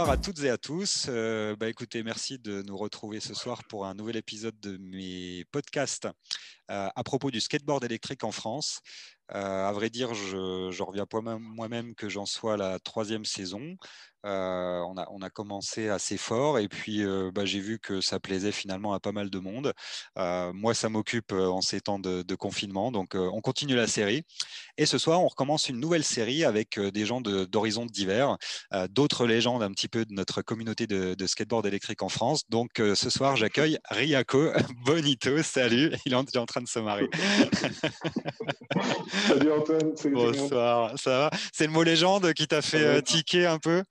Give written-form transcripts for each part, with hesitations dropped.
Bonsoir à toutes et à tous. Écoutez, merci de nous retrouver ce soir pour un nouvel épisode de mes podcasts à propos du skateboard électrique en France. À vrai dire, je reviens moi-même que j'en sois à la 3e saison. On a commencé assez fort et puis j'ai vu que ça plaisait finalement à pas mal de monde. Moi, ça m'occupe en ces temps de confinement, donc on continue la série. Et ce soir, on recommence une nouvelle série avec des gens d'horizons divers, d'autres légendes un petit peu de notre communauté de skateboard électrique en France. Donc ce soir, j'accueille Riako Bonito. Salut, il est en train de se marrer. Salut Antoine, salut tout le monde. Bonsoir, ça va? C'est le mot légende qui t'a fait tiquer un peu?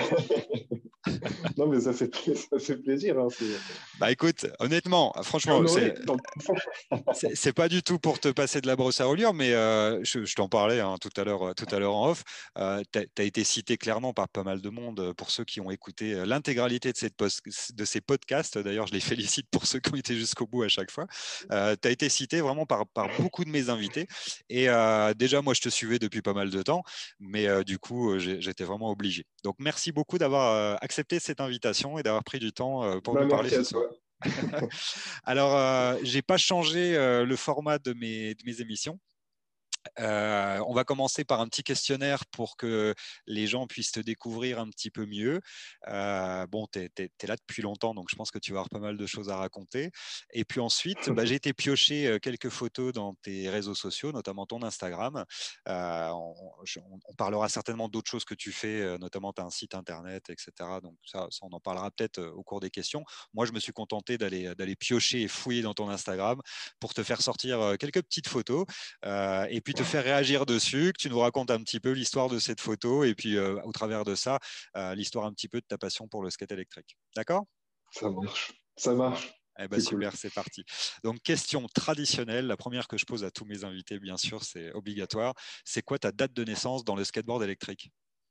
Non, mais ça fait plaisir. Hein, Bah écoute, honnêtement, franchement, honoré. c'est pas du tout pour te passer de la brosse à reliure, mais je t'en parlais tout à l'heure en off. Tu as été cité clairement par pas mal de monde. Pour ceux qui ont écouté l'intégralité de ces podcasts, d'ailleurs, je les félicite pour ceux qui ont été jusqu'au bout à chaque fois. Tu as été cité vraiment par beaucoup de mes invités. Et déjà, moi, je te suivais depuis pas mal de temps, mais du coup, j'étais vraiment obligé. Donc, merci beaucoup d'avoir accepté cette invitation et d'avoir pris du temps pour nous parler Merci ce à soir. toi. Alors, j'ai pas changé le format de mes émissions. On va commencer par un petit questionnaire pour que les gens puissent te découvrir un petit peu mieux. Bon, tu es là depuis longtemps, donc je pense que tu vas avoir pas mal de choses à raconter. Et puis ensuite, j'ai été piocher quelques photos dans tes réseaux sociaux, notamment ton Instagram. On parlera certainement d'autres choses que tu fais, notamment tu as un site internet, etc. Donc ça on en parlera peut-être au cours des questions. Moi, je me suis contenté d'aller piocher et fouiller dans ton Instagram pour te faire sortir quelques petites photos. Et puis te faire réagir dessus, que tu nous racontes un petit peu l'histoire de cette photo et puis au travers de ça, l'histoire un petit peu de ta passion pour le skate électrique. D'accord? Ça marche. Ça marche. Eh ben C'est cool. super, c'est parti. Donc, question traditionnelle, la première que je pose à tous mes invités, bien sûr, c'est obligatoire. C'est quoi ta date de naissance dans le skateboard électrique?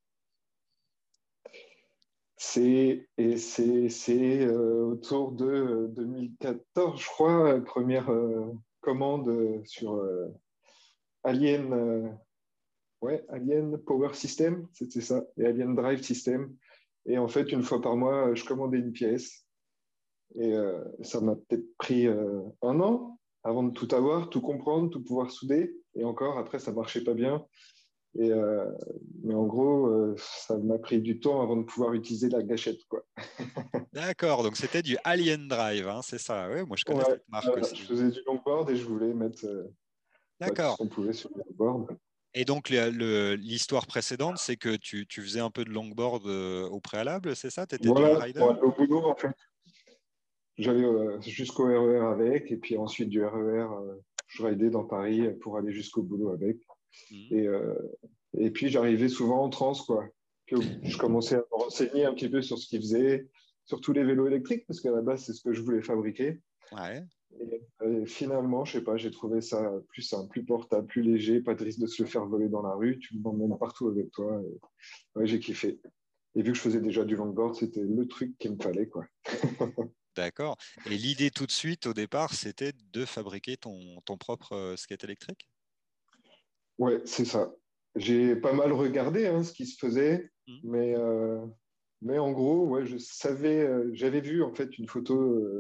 C'est autour de 2014, je crois, première commande sur Alien, Alien Power System, c'était ça, et Alien Drive System. Et en fait, une fois par mois, je commandais une pièce. Et ça m'a peut-être pris 1 an avant de tout avoir, tout comprendre, tout pouvoir souder. Et encore, après, ça marchait pas bien. Et, mais en gros, ça m'a pris du temps avant de pouvoir utiliser la gâchette, quoi. D'accord, donc c'était du Alien Drive, hein, c'est ça. Ouais, moi je connais Ouais, cette marque je aussi. faisais du longboard et je voulais mettre tout ce D'accord. qu'on pouvait sur le longboard. Et donc, l'histoire précédente, c'est que tu faisais un peu de longboard au préalable, c'est ça? Tu étais déjà Voilà, rider? pour aller au boulot, en fait. J'allais jusqu'au RER avec, et puis ensuite du RER, je ridais dans Paris pour aller jusqu'au boulot avec. Mhm. Et, euh, et puis j'arrivais souvent en transe, quoi. Que je commençais à me renseigner un petit peu sur ce qu'ils faisaient, sur tous les vélos électriques, parce qu'à la base, c'est ce que je voulais fabriquer. Ouais. Et finalement, je sais pas, j'ai trouvé ça plus simple, plus portable, plus léger, pas de risque de se le faire voler dans la rue, tu l'emmènes partout avec toi. Et ouais, j'ai kiffé. Et vu que je faisais déjà du longboard, c'était le truc qu'il me fallait, quoi. D'accord. Et l'idée tout de suite, au départ, c'était de fabriquer ton propre skate électrique? Ouais, c'est ça. J'ai pas mal regardé ce qui se faisait, Mhm. mais, euh, mais en gros, ouais, je savais, j'avais vu en fait une photo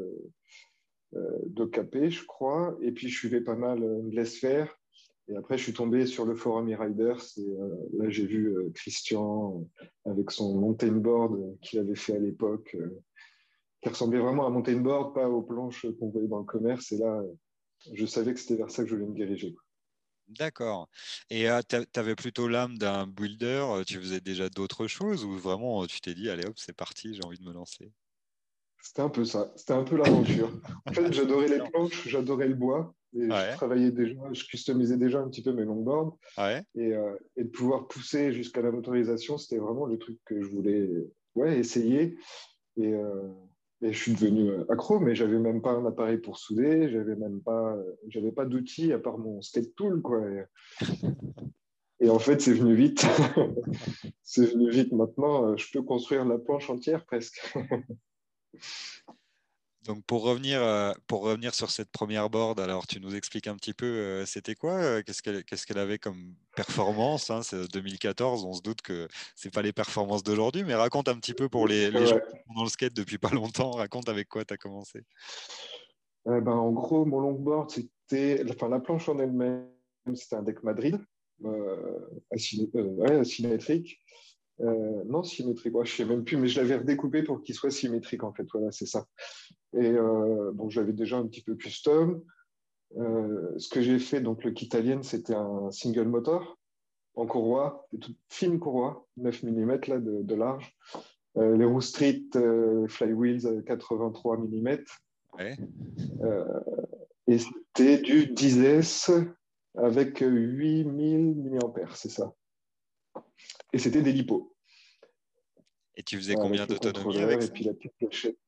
d'Okapé, je crois, et puis je suivais pas mal Laisse faire. Et après, je suis tombé sur le forum e-Riders, et là, j'ai vu Christian avec son mountain board qu'il avait fait à l'époque, qui ressemblait vraiment à un mountain board, pas aux planches qu'on voyait dans le commerce. Et là, je savais que c'était vers ça que je voulais me diriger, quoi. D'accord. Et tu avais plutôt l'âme d'un builder, tu faisais déjà d'autres choses ou vraiment tu t'es dit, allez hop, c'est parti, j'ai envie de me lancer? C'était un peu ça, c'était un peu l'aventure. En fait, C'est j'adorais les excellent. planches, j'adorais le bois, et je Ouais, travaillais déjà, je customisais déjà un petit peu mes longboards, ouais. et de pouvoir pousser jusqu'à la motorisation, c'était vraiment le truc que je voulais, ouais, essayer. Et, euh, et je suis devenu accro, mais j'avais même pas un appareil pour souder, j'avais pas d'outils à part mon skate tool, quoi. Et en fait, c'est venu vite. C'est venu vite maintenant. Je peux construire la planche entière presque. Donc pour revenir sur cette première board, alors tu nous expliques un petit peu c'était quoi, qu'est-ce qu'elle avait comme performance, hein, c'est 2014, on se doute que c'est pas les performances d'aujourd'hui, mais raconte un petit peu pour les gens Ouais. qui sont dans le skate depuis pas longtemps, raconte avec quoi tu as commencé. En gros, mon longboard, la planche en elle-même, c'était un deck Madrid, ouais, asymétrique. Non, symétrique, ouais, je sais même plus, mais je l'avais redécoupé pour qu'il soit symétrique, en fait. Voilà, c'est ça. Et bon, je l'avais déjà un petit peu custom. Ce que j'ai fait, donc le kit alien, c'était un single motor en courroie, des toutes fines courroies, 9 mm là, de large. Les roues street flywheels 83 mm. Ouais. Et c'était du 10S avec 8000 mAh, c'est ça. Et c'était des lipos, Et tu faisais combien avec le d'autonomie avec contrôleur et ça? puis la petite cachette.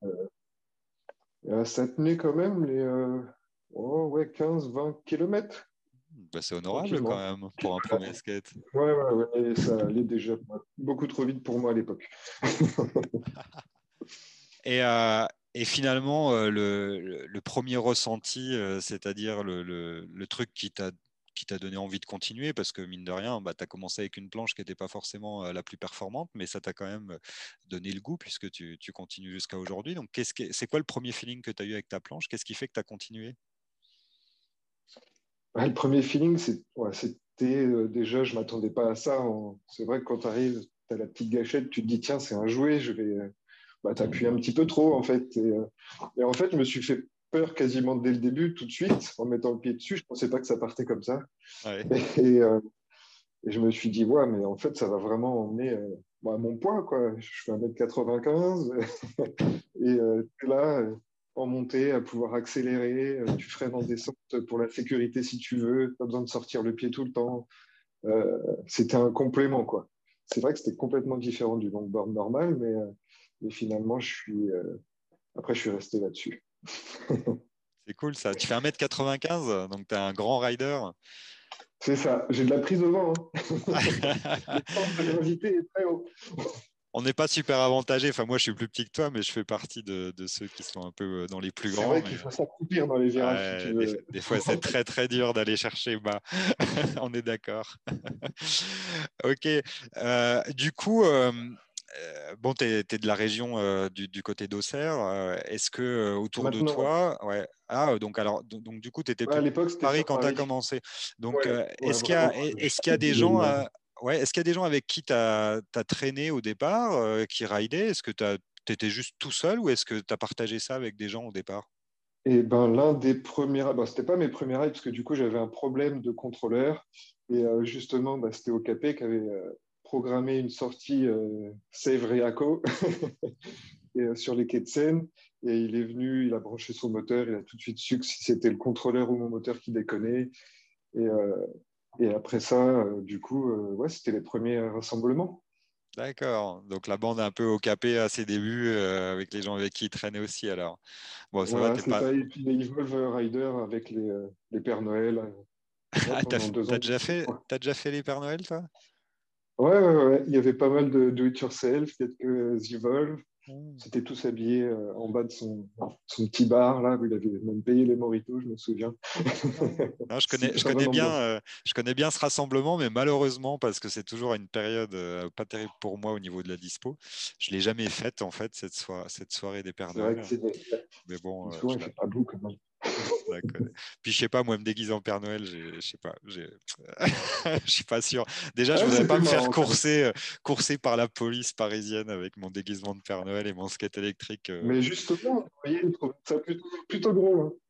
Ça tenait quand même ouais, 15-20 km Bah, c'est honorable quand tranquillement. même pour un premier skate. Ouais, et ça allait déjà beaucoup trop vite pour moi à l'époque. Et finalement, le premier ressenti, c'est-à-dire le truc qui t'a donné envie de continuer, parce que mine de rien, bah, tu as commencé avec une planche qui n'était pas forcément la plus performante, mais ça t'a quand même donné le goût puisque tu continues jusqu'à aujourd'hui. Donc, c'est quoi le premier feeling que tu as eu avec ta planche? Qu'est-ce qui fait que tu as continué? Ouais, le premier feeling, c'était déjà, je ne m'attendais pas à ça. C'est vrai que quand tu arrives, tu as la petite gâchette, tu te dis, tiens, c'est un jouet, je vais t'appuyer un petit peu trop, en fait. Et en fait, je me suis fait peur quasiment dès le début, tout de suite, en mettant le pied dessus. Je ne pensais pas que ça partait comme ça. Ouais. Et, euh, et je me suis dit, ouais, mais en fait, ça va vraiment emmener à mon poids, quoi. Je fais 1m95 et tu es là, en montée, à pouvoir accélérer. Tu freines en descente pour la sécurité si tu veux. Pas besoin de sortir le pied tout le temps. C'était un complément, quoi. C'est vrai que c'était complètement différent du longboard normal, mais finalement, après, je suis resté là-dessus. C'est cool ça. Tu fais 1m95, donc tu es un grand rider. C'est ça. J'ai de la prise au vent, hein. Le centre de gravité est très haut. On n'est pas super avantagé. Enfin, moi, je suis plus petit que toi, mais je fais partie de ceux qui sont un peu dans les plus C'est grands. vrai Mais qu'il faut s'accroupir dans les virages si tu ouais, veux. des fois, c'est très, très dur d'aller chercher bas. On est d'accord. Ok. Du coup, bon, tu es, de la région du côté d'Auxerre. Est-ce que autour de Maintenant, ouais. toi, ouais. Ah, donc, du coup, tu étais Ouais, à plutôt l'époque, à c'était Paris sur quand tu as Paris. commencé. Donc, Ouais, vraiment. est-ce qu'il y a des gens, ouais, est-ce qu'il y a des gens avec qui tu as traîné au départ, qui ridaient? Est-ce que tu étais juste tout seul ou est-ce que tu as partagé ça avec des gens au départ? Et ben, l'un des premiers, c'était pas mes premiers rides, parce que du coup, j'avais un problème de contrôleur. Et justement, c'était OKP qui avait programmé une sortie Save Reaco et, sur les quais de Seine. Et il est venu, il a branché son moteur, il a tout de suite su que si c'était le contrôleur ou mon moteur qui déconnait. Et, euh, et après ça, du coup, ouais, c'était les premiers rassemblements. D'accord. Donc la bande un peu au capé à ses débuts avec les gens avec qui il traînait aussi alors. Bon, ça va, Voilà, t'es c'est pas. ça. Et puis les Evolve Rider avec les Pères Noël, ouais, Ah, pendant 2 ans. t'as déjà fait les Pères Noël, toi? Ouais. Il y avait pas mal de do-it-yourself, quelques Evolve. Hmm. C'était tous habillés en bas de son petit bar, là, où il avait même payé les moritos, je me souviens. Non, C'était la bonne ambiance. je connais bien ce rassemblement, mais malheureusement, parce que c'est toujours une période pas terrible pour moi au niveau de la dispo, je l'ai jamais faite en fait cette soirée des Pères C'est vrai que Noël. Mais bon, souvent, il fait pas beau quand même. je la connais. Puis je sais pas, moi me déguiser en Père Noël, je sais pas, je suis pas sûr. Déjà, je Ah, voudrais pas c'était me faire marrant quand même. courser par la police parisienne avec mon déguisement de Père Noël et mon skate électrique. Mais justement, vous voyez, il trouvait ça plutôt drôle, hein.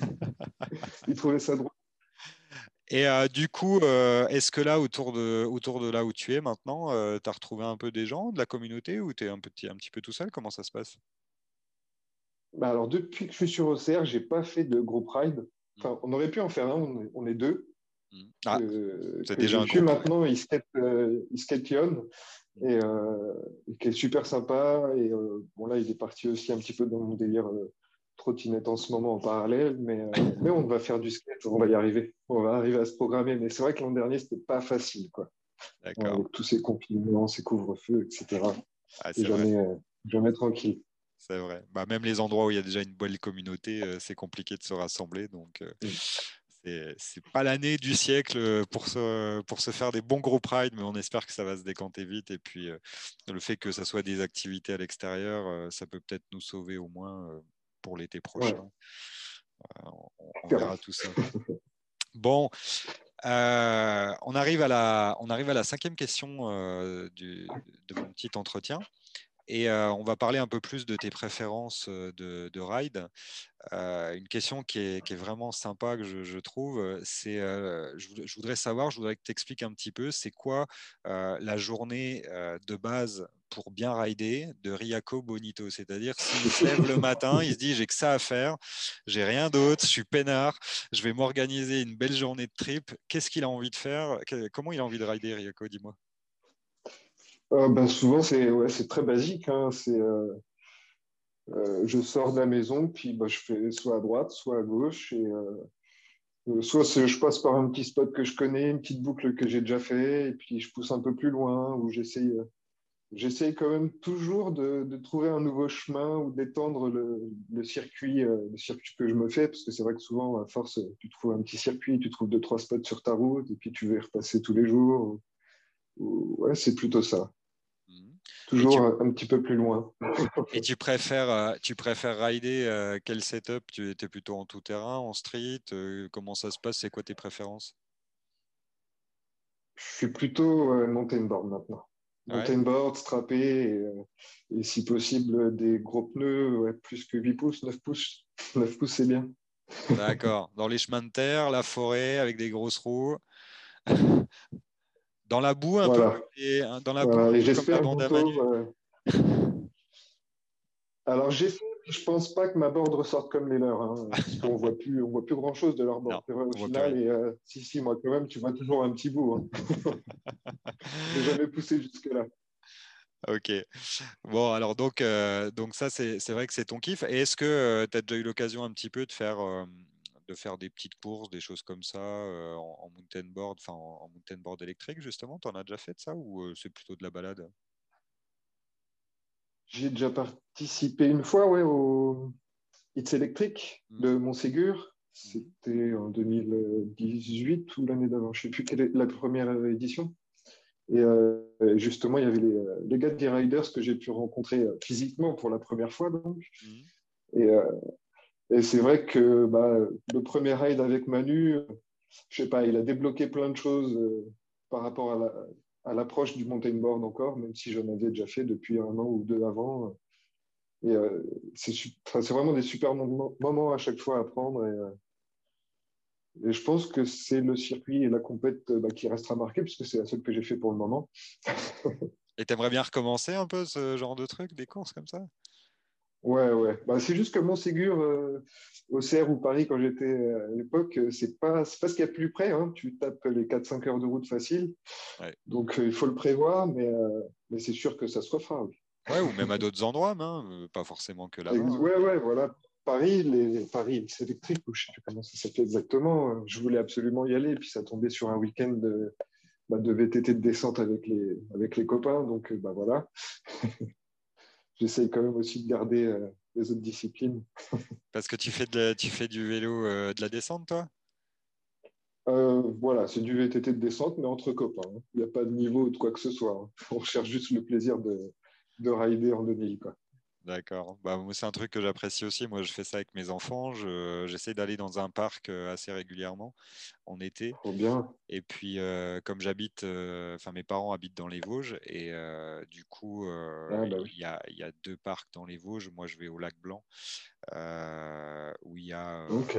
Il trouvait ça drôle. Et du coup, est-ce que là, autour de là où tu es maintenant, tu as retrouvé un peu des gens de la communauté ou tu es un petit peu tout seul? Comment ça se passe? Alors, depuis que je suis sur OCR, j'ai pas fait de group ride. Mm, Enfin, on aurait pu en faire un, on est deux. mm. Ah, c'est Que déjà je un suis groupe. maintenant, il skate Lyon, Mm. et qui est super sympa. Et bon, là, il est parti aussi un petit peu dans mon délire trottinette en ce moment en parallèle, mais on va faire du skate, on va y arriver. On va arriver à se programmer. Mais c'est vrai que l'an dernier, c'était pas facile, quoi. D'accord. Avec tous ces confinements, ces couvre-feux, etc. Ah, C'est c'est vrai. jamais tranquille. C'est vrai. Bah, même les endroits où il y a déjà une belle communauté, c'est compliqué de se rassembler. Donc, Mm. c'est pas l'année du siècle pour se faire des bons groupes rides, mais on espère que ça va se décanter vite. Et puis, le fait que ça soit des activités à l'extérieur, ça peut peut-être nous sauver au moins pour l'été Ouais, prochain. On on verra. verra tout ça. Bon, on arrive à la cinquième question de mon petit entretien. Et on va parler un peu plus de tes préférences de ride. Une question qui est vraiment sympa que je trouve, c'est, je voudrais savoir, je voudrais que tu expliques un petit peu, c'est quoi la journée de base pour bien rider de Riaco Bonito. C'est-à-dire s'il se lève le matin, il se dit j'ai que ça à faire, j'ai rien d'autre, je suis peinard, je vais m'organiser une belle journée de trip. Qu'est-ce qu'il a envie de faire? Comment il a envie de rider, Riaco, dis-moi. Bah, souvent, c'est très basique, hein. Je sors de la maison, puis bah, je fais soit à droite, soit à gauche. Je passe par un petit spot que je connais, une petite boucle que j'ai déjà fait, et puis je pousse un peu plus loin, ou j'essaye quand même toujours de trouver un nouveau chemin ou d'étendre le circuit que je me fais, parce que c'est vrai que souvent, à force, tu trouves un petit circuit, tu trouves deux, trois spots sur ta route, et puis tu veux y repasser tous les jours. Ouais, c'est plutôt ça. Mhm. Et Toujours un petit peu plus loin. Et tu préfères rider quel setup? Tu étais plutôt en tout terrain, en street? Comment ça se passe? C'est quoi tes préférences? Je suis plutôt mountain board maintenant. Ouais, Mountain board, strappé, et si possible, des gros pneus, ouais, plus que 8 pouces, 9 pouces. 9 pouces, c'est bien. d'accord. Dans les chemins de terre, la forêt avec des grosses roues, dans la boue un peu, Voilà. et dans la boue Voilà. un Et peu comme la j'espère bande à bientôt. Manu. Alors, j'essaie, mais je pense pas que ma board ressorte comme les leurs, hein, parce on voit plus grand-chose de leur Non, board. C'est vrai, au on voit plus rien. final. Et si, moi, quand même, tu vois toujours un petit bout, hein. J'ai jamais poussé jusque-là. Ok. Bon, alors donc ça, c'est vrai que c'est ton kiff. Et est-ce que tu as déjà eu l'occasion un petit peu de faire des petites courses, des choses comme ça en mountain board, enfin en mountain board électrique justement? Tu en as déjà fait de ça ou c'est plutôt de la balade? J'ai déjà participé une fois, ouais, au It's Electric Mhm. de Montségur. Mhm. C'était en 2018 ou l'année d'avant. Je ne sais plus quelle est la première édition. Et justement, il y avait les gars de Riders que j'ai pu rencontrer physiquement pour la première fois. Donc. Mhm. Et, euh, et c'est vrai que bah, le premier ride avec Manu, je sais pas, il a débloqué plein de choses par rapport à l'approche du mountain board encore, même si j'en avais déjà fait depuis un an ou deux avant. Et c'est vraiment des super moments à chaque fois à prendre. Et je pense que c'est le circuit et la compète bah, qui restera marqué, puisque c'est la seule que j'ai fait pour le moment. Et t'aimerais bien recommencer un peu ce genre de truc, des courses comme ça? Ouais, ouais. Bah, c'est juste que Montségur, Auxerre ou Paris, quand j'étais à l'époque, c'est pas ce qu'il y a de plus près, hein. Tu tapes les 4-5 heures de route facile. Ouais. Donc, il faut le prévoir, mais c'est sûr que ça se refera. Oui. Ouais, ou même à d'autres endroits, hein, pas forcément que là-bas, hein. Ouais, ouais, voilà. Paris, c'est électrique, ou je sais plus comment ça s'appelle exactement. Je voulais absolument y aller, puis ça tombait sur un week-end de VTT de descente avec les copains. Donc, bah voilà, j'essaye quand même aussi de garder les autres disciplines. Parce que tu fais du vélo de la descente, toi? Voilà, c'est du VTT de descente, mais entre copains, hein. Il n'y a pas de niveau ou de quoi que ce soit, hein. On cherche juste le plaisir de rider en 2000, quoi. D'accord. Bah, moi, c'est un truc que j'apprécie aussi. Moi, je fais ça avec mes enfants. J'essaie d'aller dans un parc assez régulièrement en été. Trop bien. Et puis, comme enfin, mes parents habitent dans les Vosges. Et du coup, Ah, bah oui. il y a deux parcs dans les Vosges. Moi, je vais au Lac Blanc, où Ok.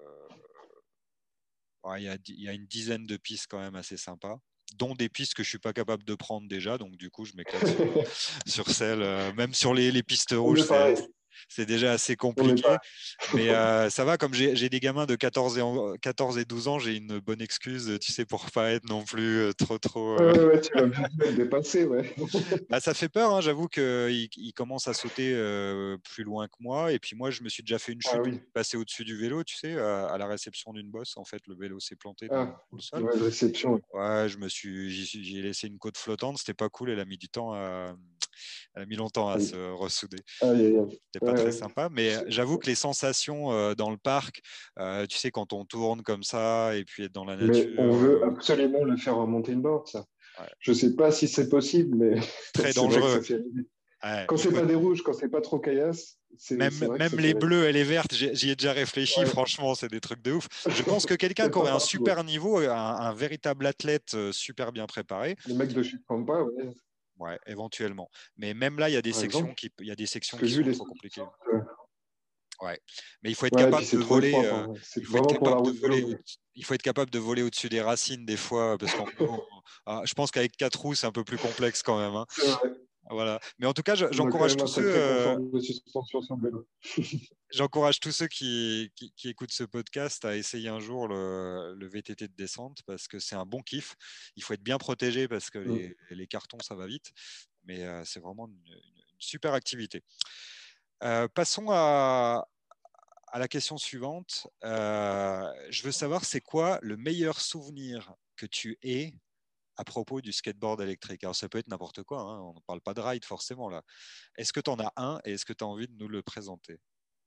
ouais, il y a une dizaine de pistes quand même assez sympas, dont des pistes que je suis pas capable de prendre déjà. Donc, du coup, je m'éclate sur celles, même sur les pistes On rouges, est pareil. c'est déjà assez On est compliqué. pareil. Mais ça va, comme j'ai des gamins de 14 et 12 ans, j'ai une bonne excuse, tu sais, pour pas être non plus trop. Ouais, ouais, ouais, tu vas vite me dépasser, ouais. Bah, ça fait peur, hein, j'avoue qu'il commence à sauter plus loin que moi. Et puis moi, je me suis déjà fait une Ah chute, oui. passé au-dessus du vélo, tu sais, à la réception d'une bosse. En fait, le vélo s'est planté Ah, dans le sol. ouais, réception. Ouais, j'y ai laissé une côte flottante, c'était pas cool. Elle a mis du temps Elle a mis longtemps à Aïe, se ressouder. aïe, aïe, aïe. C'était pas Ouais, très ouais. sympa, mais j'avoue que les sensations dans le parc, tu sais, quand on tourne comme ça et puis être dans la Mais on nature, veut absolument le faire remonter une board, ça. ouais, Je sais pas si c'est possible, mais très c'est vrai que dangereux. ça fait rêver. Ouais, Quand il c'est faut pas des rouges, quand c'est pas trop caillasse, c'est vrai que même ça fait les rêver. bleus et les vertes, j'y ai déjà réfléchi. Ouais. Franchement, c'est des trucs de ouf. Je pense que quelqu'un C'est qui pas aurait un partout, ouais. super niveau, un véritable athlète super bien préparé, Les mecs de chez Pampa, ouais, ouais, éventuellement. Mais même là, il y a des par sections exemple. il y a des Parce sections que qui vu sont les trop spots qui compliquées. sortent, Ouais. Mais il faut être ouais, et puis capable de c'est trop voler. étroit. Enfin, c'est Il faut être vraiment pour la capable de route vélo, voler. quoi. Il faut être capable de voler au-dessus des racines des fois, parce qu'en gros, je pense qu'avec quatre roues, c'est un peu plus complexe quand même, hein. C'est vrai. Voilà. Mais en tout cas, On a quand j'encourage même tous un ceux, sacré confort de suspension sur le vélo. j'encourage tous ceux qui écoutent ce podcast à essayer un jour le VTT de descente parce que c'est un bon kiff. Il faut être bien protégé parce que Mm. les cartons, ça va vite, mais c'est vraiment une super activité. Passons à la question suivante. Je veux savoir, c'est quoi le meilleur souvenir que tu aies à propos du skateboard électrique? Alors, ça peut être n'importe quoi, hein, on ne parle pas de ride forcément là. Est-ce que tu en as un et est-ce que tu as envie de nous le présenter?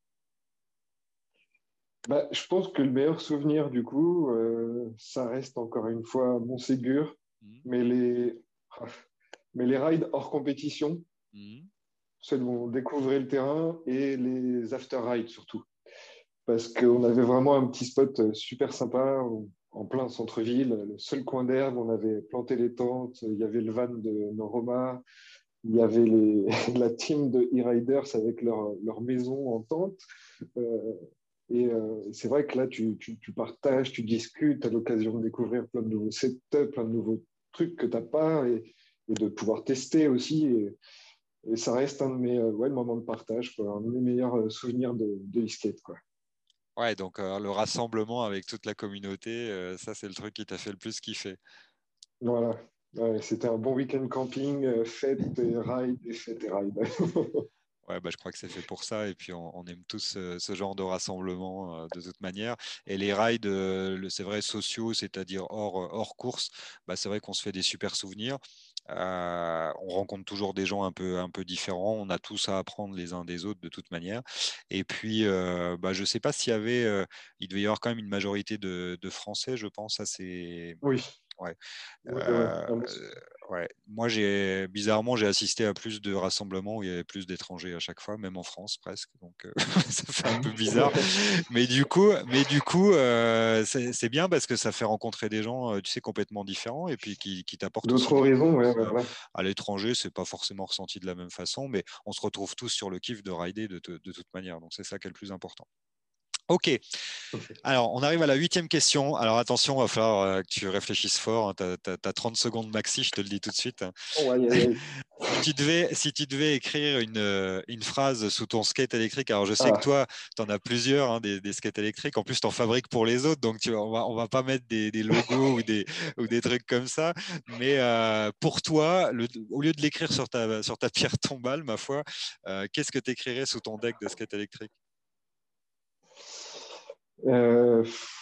Bah, je pense que le meilleur souvenir, du coup, ça reste encore une fois Montségur, Mhm. mais les, ah, mais les rides hors compétition, Mhm. celles où on découvrait le terrain, et les after rides surtout. Parce qu'on avait vraiment un petit spot super sympa en plein centre-ville, le seul coin d'herbe, on avait planté les tentes, il y avait le van de Noroma, il y avait la team de e-riders avec leur maison en tente. Euh, c'est vrai que là, tu partages, tu discutes, tu as l'occasion de découvrir plein de nouveaux setups, plein de nouveaux trucs que tu n'as pas et de pouvoir tester aussi. Et ça reste un de mes ouais, moments de partage, quoi, un de mes meilleurs souvenirs de e-skate, quoi. Ouais, donc le rassemblement avec toute la communauté, ça c'est le truc qui t'a fait le plus kiffer. Voilà. Ouais, c'était un bon week-end camping, fête et ride, et fête et ride. Ouais, bah, je crois que c'est fait pour ça. Et puis, on aime tous ce genre de rassemblement de toute manière. Et les rides, c'est vrai, sociaux, c'est-à-dire hors course, bah, c'est vrai qu'on se fait des super souvenirs. On rencontre toujours des gens un peu différents. On a tous à apprendre les uns des autres de toute manière. Et puis, bah, je ne sais pas s'il y avait, il devait y avoir quand même une majorité de Français, je pense. assez Oui, Ouais. ouais, ouais. Euh, Ah, moi, c'est- ouais. Moi, bizarrement, j'ai assisté à plus de rassemblements où il y avait plus d'étrangers à chaque fois, même en France presque. Donc, ça fait un peu bizarre. Mais du coup, c'est bien parce que ça fait rencontrer des gens, tu sais, complètement différents et puis qui t'apportent aussi D'autres des horizons, ouais, choses. ouais, voilà. À l'étranger, c'est pas forcément ressenti de la même façon, mais on se retrouve tous sur le kiff de rider de toute manière. Donc, c'est ça qui est le plus important. Ok, alors, on arrive à la huitième question. Alors, attention, il va falloir que tu réfléchisses fort. Tu as 30 secondes maxi, je te le dis tout de suite. Oh, aïe, aïe, aïe. Si tu devais écrire une phrase sous ton skate électrique, alors je sais que Ah, toi, tu en as plusieurs, hein, des skates électriques. En plus, tu en fabriques pour les autres. Donc, on va pas mettre des logos ou des trucs comme ça. Mais pour toi, au lieu de l'écrire sur ta pierre tombale, ma foi, qu'est-ce que tu écrirais sous ton deck de skate électrique? euh,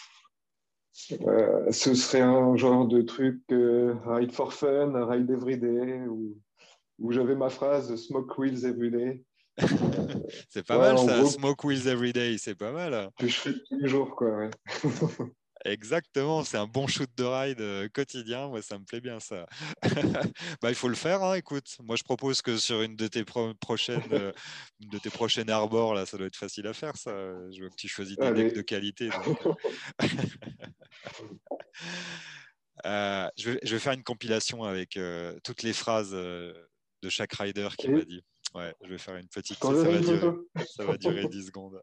ce serait un genre de truc ride for fun, ride every day, où j'avais ma phrase smoke wheels every day. Euh, C'est pas ouais, mal en ça, gros, Smoke Wheels Every Day, c'est pas mal. que je fais tous les jours, quoi. Ouais. Exactement, c'est un bon shoot de ride quotidien, moi ça me plaît bien ça. Bah, il faut le faire, hein, écoute. Moi je propose que sur une de tes prochaines arbors, là, ça doit être facile à faire ça. Je vois que tu choisis des decks de Allez. qualité, donc je vais faire une compilation avec toutes les phrases de chaque rider qui m'a Et dit. Ouais, je vais faire une je petite, ça t'enverrai va une durer. photo. Ça va durer 10 secondes.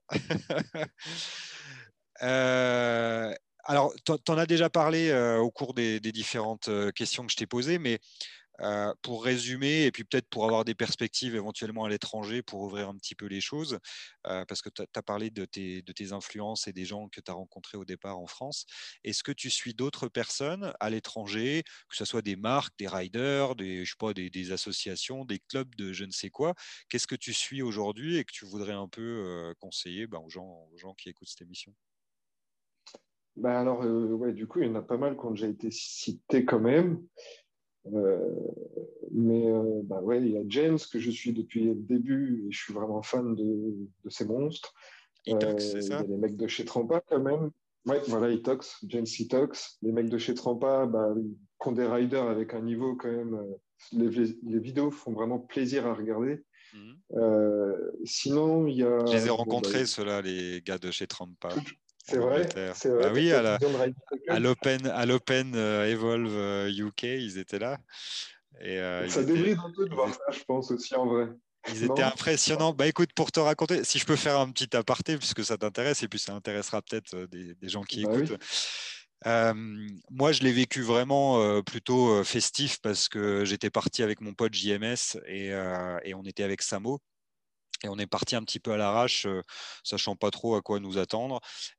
Euh, alors, tu en as déjà parlé au cours des différentes questions que je t'ai posées, mais pour résumer, et puis peut-être pour avoir des perspectives éventuellement à l'étranger, pour ouvrir un petit peu les choses, parce que tu as parlé de tes influences et des gens que tu as rencontrés au départ en France. Est-ce que tu suis d'autres personnes à l'étranger, que ce soit des marques, des riders, je sais pas, des associations, des clubs de je ne sais quoi? Qu'est-ce que tu suis aujourd'hui et que tu voudrais un peu conseiller ben, aux gens qui écoutent cette émission? Bah alors, ouais, du coup, il y en a pas mal qui ont déjà été cités quand même. Euh, mais bah ouais, il y a James que je suis depuis le début et je suis vraiment fan de ces monstres. Itox, c'est Il y ça? a les mecs de chez Trampa quand même. Ouais, voilà, Itox, James Itox. Les mecs de chez Trampa, bah, ils ont des riders avec un niveau quand même. Les vidéos font vraiment plaisir à regarder. Mhm. Sinon, il y Je a les ai bon, bah, rencontrés, ceux-là, les gars de chez Trampa en c'est vrai, Angleterre. c'est vrai, Bah t'as oui, fait l'occasion de rider avec eux. à l'Open Evolve UK, ils étaient là. Et Ça débride un peu de ils voir étaient, ça, je pense aussi en vrai. ils étaient Non? impressionnants. Bah écoute, pour te raconter, si je peux faire un petit aparté, puisque ça t'intéresse, et puis ça intéressera peut-être des gens qui Bah écoutent. oui. Euh, Moi, je l'ai vécu vraiment plutôt festif parce que j'étais parti avec mon pote JMS et on était avec Samo. Et on est parti un petit peu à l'arrache, sachant pas trop à quoi nous attendre.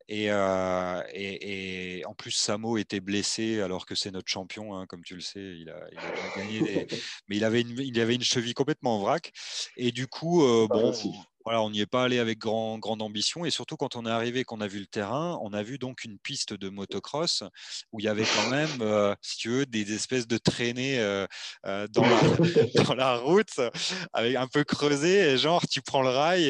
Et en plus, Samo était blessé alors que c'est notre champion, hein, comme tu le sais. Il a déjà gagné, mais il avait une cheville complètement en vrac. Et du coup, Ah bah bon, si. voilà, on n'y est pas allé avec grande ambition. Et surtout, quand on est arrivé, qu'on a vu le terrain, on a vu donc une piste de motocross où il y avait quand même, si tu veux, des espèces de traînées dans dans la route avec un peu creusé, et genre tu prends le rail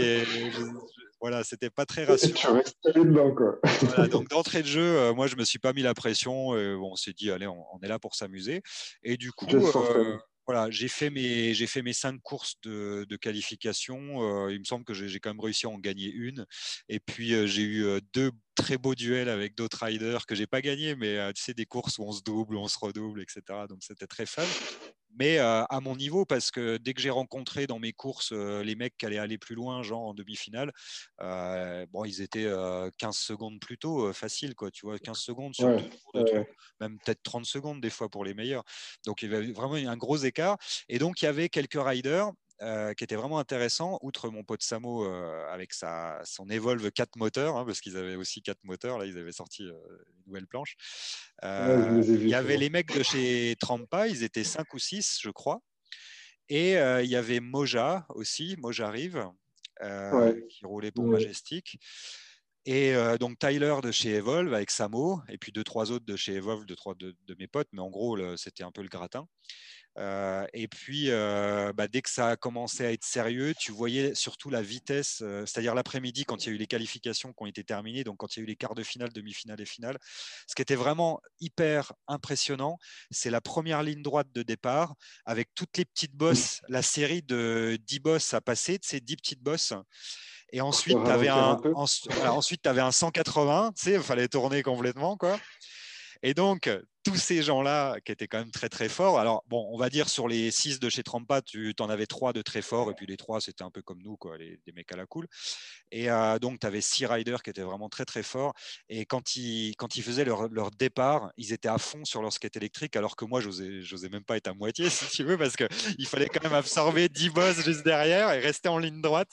voilà, c'était pas très Et tu rassurant. restes dedans, quoi. Voilà, donc d'entrée de jeu, moi je me suis pas mis la pression. Bon, on s'est dit allez, on est là pour s'amuser. Et du coup, Just for fun. voilà, j'ai fait mes 5 courses de qualification. Il me semble que j'ai quand même réussi à en gagner une. Et puis j'ai eu 2 très beaux duels avec d'autres riders que j'ai pas gagné, mais tu sais, des courses où on se double, on se redouble, etc. Donc c'était très fun. Mais à mon niveau, parce que dès que j'ai rencontré dans mes courses les mecs qui allaient aller plus loin, genre en demi-finale, bon, ils étaient 15 secondes plus tôt, facile, quoi, tu vois, 15 secondes sur Ouais, 2 tours de truc, ouais. même peut-être 30 secondes des fois pour les meilleurs. Donc il y avait vraiment un gros écart. Et donc il y avait quelques riders qui étaient vraiment intéressants, outre mon pote Samo avec son Evolve 4 moteurs, hein, parce qu'ils avaient aussi 4 moteurs, là ils avaient sorti une nouvelle planche. Ouais, je les ai Il y vus avait souvent. les mecs de chez Trampa, ils étaient 5 ou 6, je crois. Et il y avait Moja aussi, Moja Rive, Ouais. qui roulait pour Ouais. Majestic. Et donc Tyler de chez Evolve avec Samo, et puis 2, 3 autres de chez Evolve, 2, 3 de mes potes, mais en gros, c'était un peu le gratin. Et puis, bah, dès que ça a commencé à être sérieux, tu voyais surtout la vitesse, c'est-à-dire l'après-midi, quand il y a eu les qualifications qui ont été terminées, donc quand il y a eu les quarts de finale, demi-finale et finale. Ce qui était vraiment hyper impressionnant, c'est la première ligne droite de départ, avec toutes les petites bosses, la série de 10 bosses à passer, de ces 10 petites bosses. Et Pour te ensuite, tu avais ralentir un peu. voilà, ensuite, tu avais un 180, tu sais, il fallait tourner complètement, quoi. Et donc, tous ces gens-là qui étaient quand même très très forts. Alors, bon, on va dire sur les 6 de chez Trampa, tu en avais 3 de très forts, et puis les 3, c'était un peu comme nous, quoi, des mecs à la cool. Et donc, tu avais 6 riders qui étaient vraiment très très forts. Et quand ils faisaient leur départ, ils étaient à fond sur leur skate électrique, alors que moi, j'osais même pas être à moitié, si tu veux, parce qu'il fallait quand même absorber 10 bosses juste derrière et rester en ligne droite.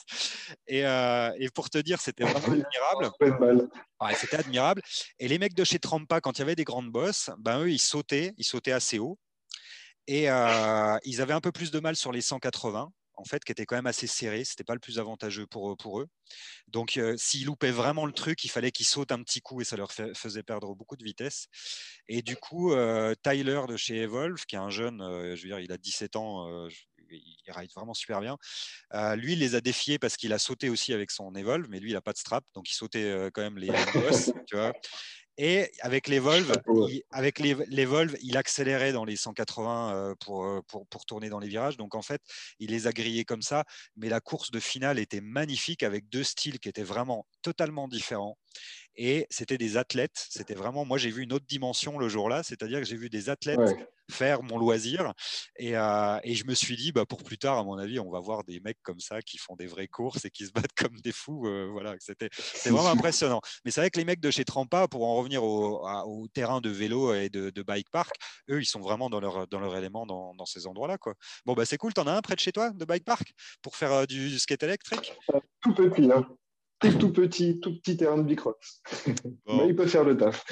Et pour te dire, c'était vraiment admirable. Pleine balle. Ouais, c'était admirable. Et les mecs de chez Trampa, quand il y avait des grandes bosses, ben eux, ils sautaient assez haut. Et ils avaient un peu plus de mal sur les 180, en fait, qui étaient quand même assez serrés. C'était pas le plus avantageux pour eux. Donc, s'ils loupaient vraiment le truc, il fallait qu'ils sautent un petit coup et ça leur faisait perdre beaucoup de vitesse. Et du coup, Tyler de chez Evolve, qui est un jeune, je veux dire, il a 17 ans, il ride vraiment super bien. Lui, il les a défiés parce qu'il a sauté aussi avec son Evolve, mais lui, il n'a pas de strap, donc il sautait quand même les bosses, tu vois. Et avec Chapeau. Ouais. les Volves, il accélérait dans les 180 pour tourner dans les virages. Donc en fait, il les a grillés comme ça. Mais la course de finale était magnifique avec 2 styles qui étaient vraiment totalement différents. Et c'était des athlètes. C'était vraiment, moi, j'ai vu une autre dimension le jour-là, c'est-à-dire que j'ai vu des athlètes Ouais. faire mon loisir. Et je me suis dit, bah, pour plus tard, à mon avis, on va voir des mecs comme ça qui font des vraies courses et qui se battent comme des fous. Voilà, c'était C'est vraiment sûr. impressionnant. Mais c'est vrai que les mecs de chez Trampa, pour en revenir au terrain de vélo et de bike park, eux, ils sont vraiment dans leur élément dans ces endroits-là, quoi. Bon, bah, c'est cool. T'en as un près de chez toi de bike park pour faire du skate électrique? Tout petit, hein. Tout petit terrain de bicross. Mais Bon. il peut faire le taf.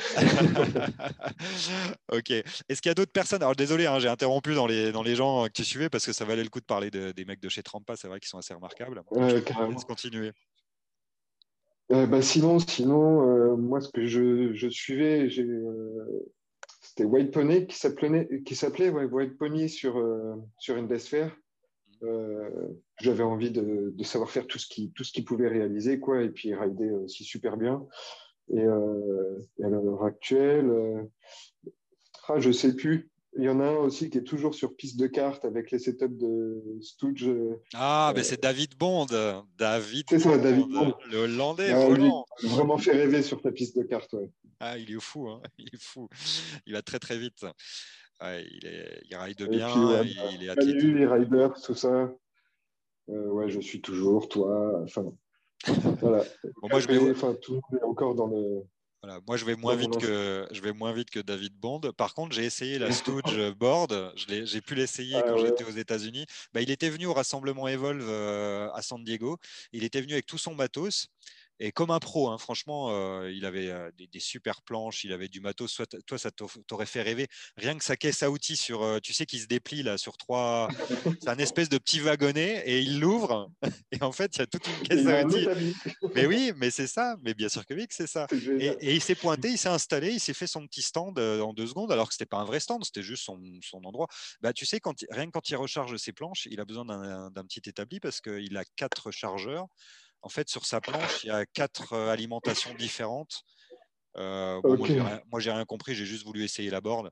Ok. Est-ce qu'il y a d'autres personnes? Alors désolé, hein, j'ai interrompu dans les gens que tu suivais parce que ça valait le coup de parler des mecs de chez Trampa. C'est vrai qu'ils sont assez remarquables. Donc je te laisse Carrément. continuer. Bah, sinon, moi, ce que je suivais, c'était White Pony qui s'appelait White Pony sur Endesphere. J'avais envie de savoir faire tout ce qu'il pouvait réaliser, quoi, et puis il rider aussi super bien. Et à l'heure actuelle, je sais plus. Il y en a un aussi qui est toujours sur piste de kart avec les setups de Stooge. Ah, mais c'est David Bond. David C'est ça, David Bond, Bond. le Hollandais Ah, lui, volant. il m'a vraiment fait rêver sur ta piste de kart. Ouais. Ah, il est fou, hein. Il est fou. Il va très très vite. Ouais, il ride Et puis, bien, ouais, il est athlétique. Manu, les riders, tout ça. Ouais, je suis toujours, toi. Enfin, voilà. Bon, moi, je vais, Enfin, tout le monde est encore voilà, moi, dans mon enfance. je vais moins vite que David Bond. Par contre, j'ai essayé la Stooge Board. J'ai pu l'essayer Ah quand ouais, j'étais aux États-Unis. Bah, il était venu au rassemblement Evolve à San Diego. Il était venu avec tout son matos. Et comme un pro, hein, franchement, il avait des super planches, il avait du matos. Toi, ça t'aurait fait rêver. Rien que sa caisse à outils tu sais, qui se déplie là sur trois. C'est un espèce de petit wagonnet et il l'ouvre. Et en fait, il y a toute une et caisse il à a un outils. établi. Mais oui, mais c'est ça. Mais bien sûr que oui, que c'est ça. C'est génial. Et il s'est pointé, il s'est installé, il s'est fait son petit stand en 2 secondes, alors que c'était pas un vrai stand, c'était juste son endroit. Bah, tu sais, rien que quand il recharge ses planches, il a besoin d'un petit établi parce qu'il a 4 chargeurs. En fait, sur sa planche, il y a 4 alimentations différentes. Bon, Ok. moi, j'ai rien compris, j'ai juste voulu essayer la borne.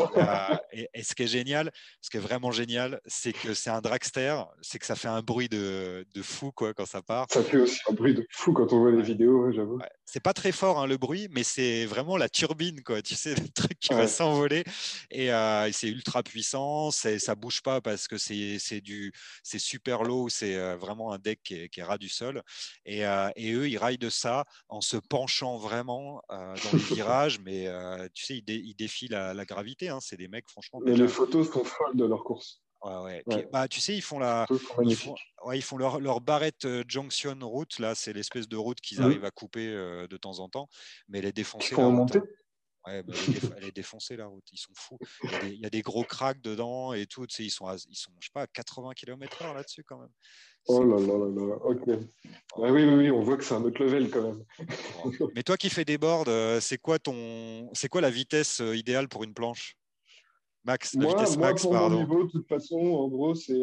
Et ce qui est génial, ce qui est vraiment génial, c'est que c'est un dragster, c'est que ça fait un bruit de fou quoi quand ça part. Ça fait aussi un bruit de fou quand on voit les Ouais. vidéos, ouais, j'avoue. Ouais. C'est pas très fort hein, le bruit, mais c'est vraiment la turbine, quoi. Tu sais, le truc qui va Ouais. s'envoler et c'est ultra puissant. Ça bouge pas parce que c'est super low. C'est vraiment un deck qui est ras du sol. Et eux, ils raillent de ça en se penchant vraiment dans les virages, mais tu sais, ils défient la gravité. Hein. C'est des mecs, franchement, Mais les déjà. photos sont folles de leur course. Ouais, ouais. Puis, Ouais. bah, tu sais, Les photos sont magnifiques. ils font leur Barrett Junction route. Là, c'est l'espèce de route qu'ils arrivent Mhm. à couper de temps en temps. Mais elle est Qu'ils défoncée, font la en route. montée. Hein. Ouais, mais elle est défoncée, la route. Ils sont fous. Il y a des gros cracks dedans et tout. Tu sais, ils sont, je sais pas, à 80 km/h là-dessus, quand même. Oh C'est là ouf. là là là. Ok. Ouais, Ah oui, oui, oui, on voit que c'est un autre level quand même. ouais. Mais toi qui fais des boards, c'est quoi la vitesse idéale pour une planche? Max, la vitesse Moi, max, pour mon pardon. niveau, de toute façon, en gros, c'est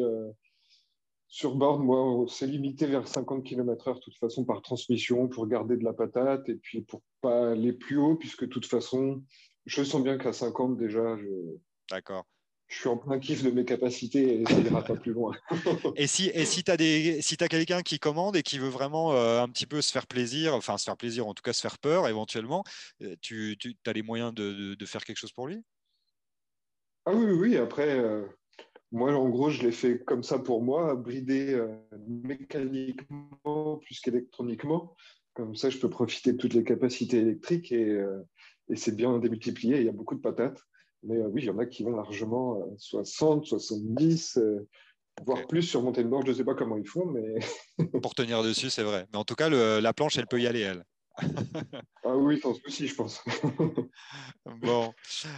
sur board, moi, c'est limité vers 50 km/h, de toute façon, par transmission, pour garder de la patate et puis pour pas aller plus haut, puisque de toute façon, je sens bien qu'à 50, déjà, D'accord. je suis en plein kiff de mes capacités et ça ira pas plus loin. Et si tu as, si t'as quelqu'un qui commande et qui veut vraiment un petit peu se faire plaisir, enfin se faire plaisir, en tout cas se faire peur éventuellement, tu as les moyens de faire quelque chose pour lui? Ah oui, oui, oui, après, moi, en gros, je l'ai fait comme ça pour moi, bridé mécaniquement plus qu'électroniquement. Comme ça, je peux profiter de toutes les capacités électriques et c'est bien démultiplié. Il y a beaucoup de patates. Mais oui, il y en a qui vont largement 60, 70, Ok. voire plus sur mountain board. Je ne sais pas comment ils font, mais Pour tenir dessus, c'est vrai. Mais en tout cas, la planche, elle peut y aller, elle. ah oui, sans souci, je pense. Bon.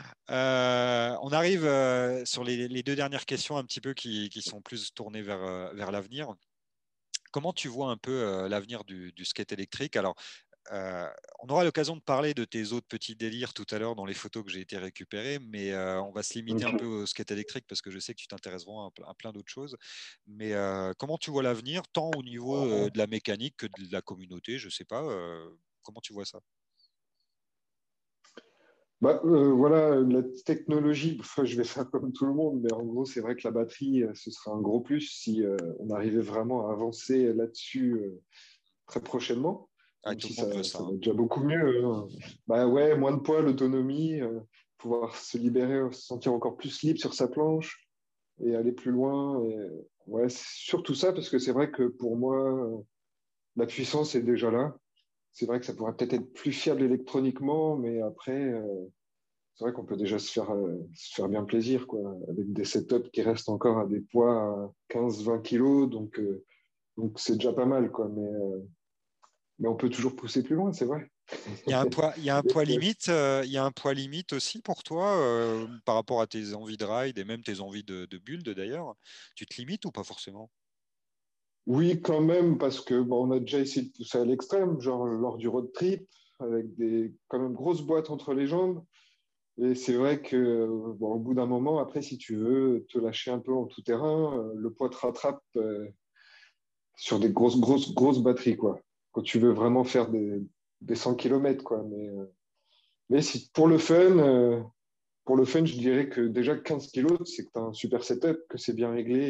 On arrive sur les 2 dernières questions un petit peu qui sont plus tournées vers l'avenir. Comment tu vois un peu l'avenir du skate électrique? Alors, on aura l'occasion de parler de tes autres petits délires tout à l'heure dans les photos que j'ai été récupérées, mais on va se limiter un peu Ok. au skate électrique parce que je sais que tu t'intéresses vraiment à plein d'autres choses. Mais comment tu vois l'avenir, tant au niveau de la mécanique que de la communauté? Je sais pas. Comment tu vois ça? Bah, voilà, la technologie, enfin, je vais faire comme tout le monde, mais en gros, c'est vrai que la batterie, ce serait un gros plus si on arrivait vraiment à avancer là-dessus très prochainement, Ah, même tout si le monde veut ça. ça va Hein. déjà beaucoup mieux. Hein. Bah ouais, moins de poids, l'autonomie, pouvoir se libérer, se sentir encore plus libre sur sa planche et aller plus loin. Et, ouais, c'est surtout ça, parce que c'est vrai que pour moi, la puissance est déjà là. C'est vrai que ça pourrait peut-être être plus fiable électroniquement, mais après, c'est vrai qu'on peut déjà se faire bien plaisir, quoi, avec des setups qui restent encore à des poids à 15-20 kilos, donc c'est déjà pas mal, quoi, mais on peut toujours pousser plus loin, c'est vrai. Il y a un poids limite, il y a un poids limite aussi pour toi par rapport à tes envies de ride et même tes envies de build d'ailleurs. Tu te limites ou pas forcément? Oui, quand même, parce que bon, on a déjà essayé de pousser à l'extrême, genre lors du road trip, avec des quand même grosses boîtes entre les jambes. Et c'est vrai que bon, au bout d'un moment, après, si tu veux te lâcher un peu en tout terrain, le poids te rattrape sur des grosses batteries, quoi. Quand tu veux vraiment faire des 100 kilomètres, quoi. Mais si, pour le fun, je dirais que déjà 15 kilos, c'est que tu as un super setup, que c'est bien réglé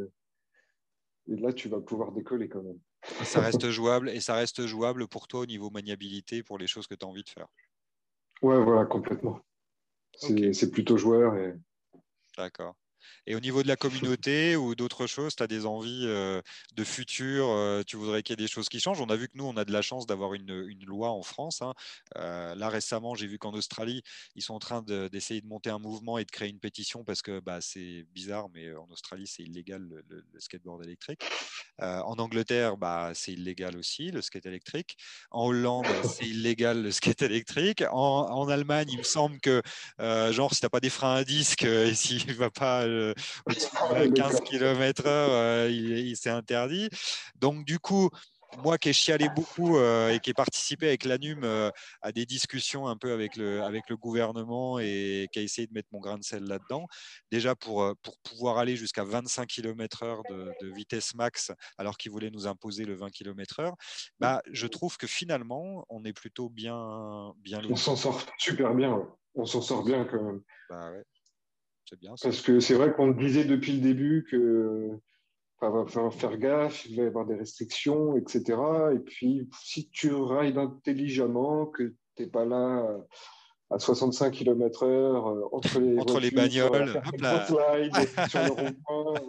et là, tu vas pouvoir décoller quand même. Ça reste jouable et ça reste jouable pour toi au niveau maniabilité pour les choses que tu as envie de faire. Ouais, voilà, complètement. Ok, C'est plutôt joueur et d'accord. Et au niveau de la communauté ou d'autres choses, tu as des envies de futur, tu voudrais qu'il y ait des choses qui changent. On a vu que nous, on a de la chance d'avoir une loi en France, hein. Là, récemment, j'ai vu qu'en Australie, ils sont en train d'essayer de monter un mouvement et de créer une pétition parce que bah, c'est bizarre, mais en Australie, c'est illégal le skateboard électrique. En Angleterre, bah, c'est illégal aussi le skate électrique. En Hollande, c'est illégal le skate électrique. En Allemagne, il me semble que genre, si tu n'as pas des freins à disque et s'il ne va pas au-dessus de 15 d'accord. km/h, c'est interdit. Donc, du coup, moi qui ai chialé beaucoup et qui ai participé avec l'ANUM à des discussions un peu avec le gouvernement et qui a essayé de mettre mon grain de sel là-dedans, déjà pour pouvoir aller jusqu'à 25 km/h de vitesse max alors qu'ils voulaient nous imposer le 20 km/h, bah, je trouve que finalement, on est plutôt bien On s'en loti. sort super bien. Ouais. On s'en sort bien quand même. Bah ouais, c'est bien ça. Parce que c'est vrai qu'on disait depuis le début que enfin, va falloir faire gaffe, il va y avoir des restrictions, etc. Et puis, si tu rides intelligemment, que tu n'es pas là à 65 km/h entre les Entre les voitures, à bagnoles, faire hop des gros là. slides sur le rond-point,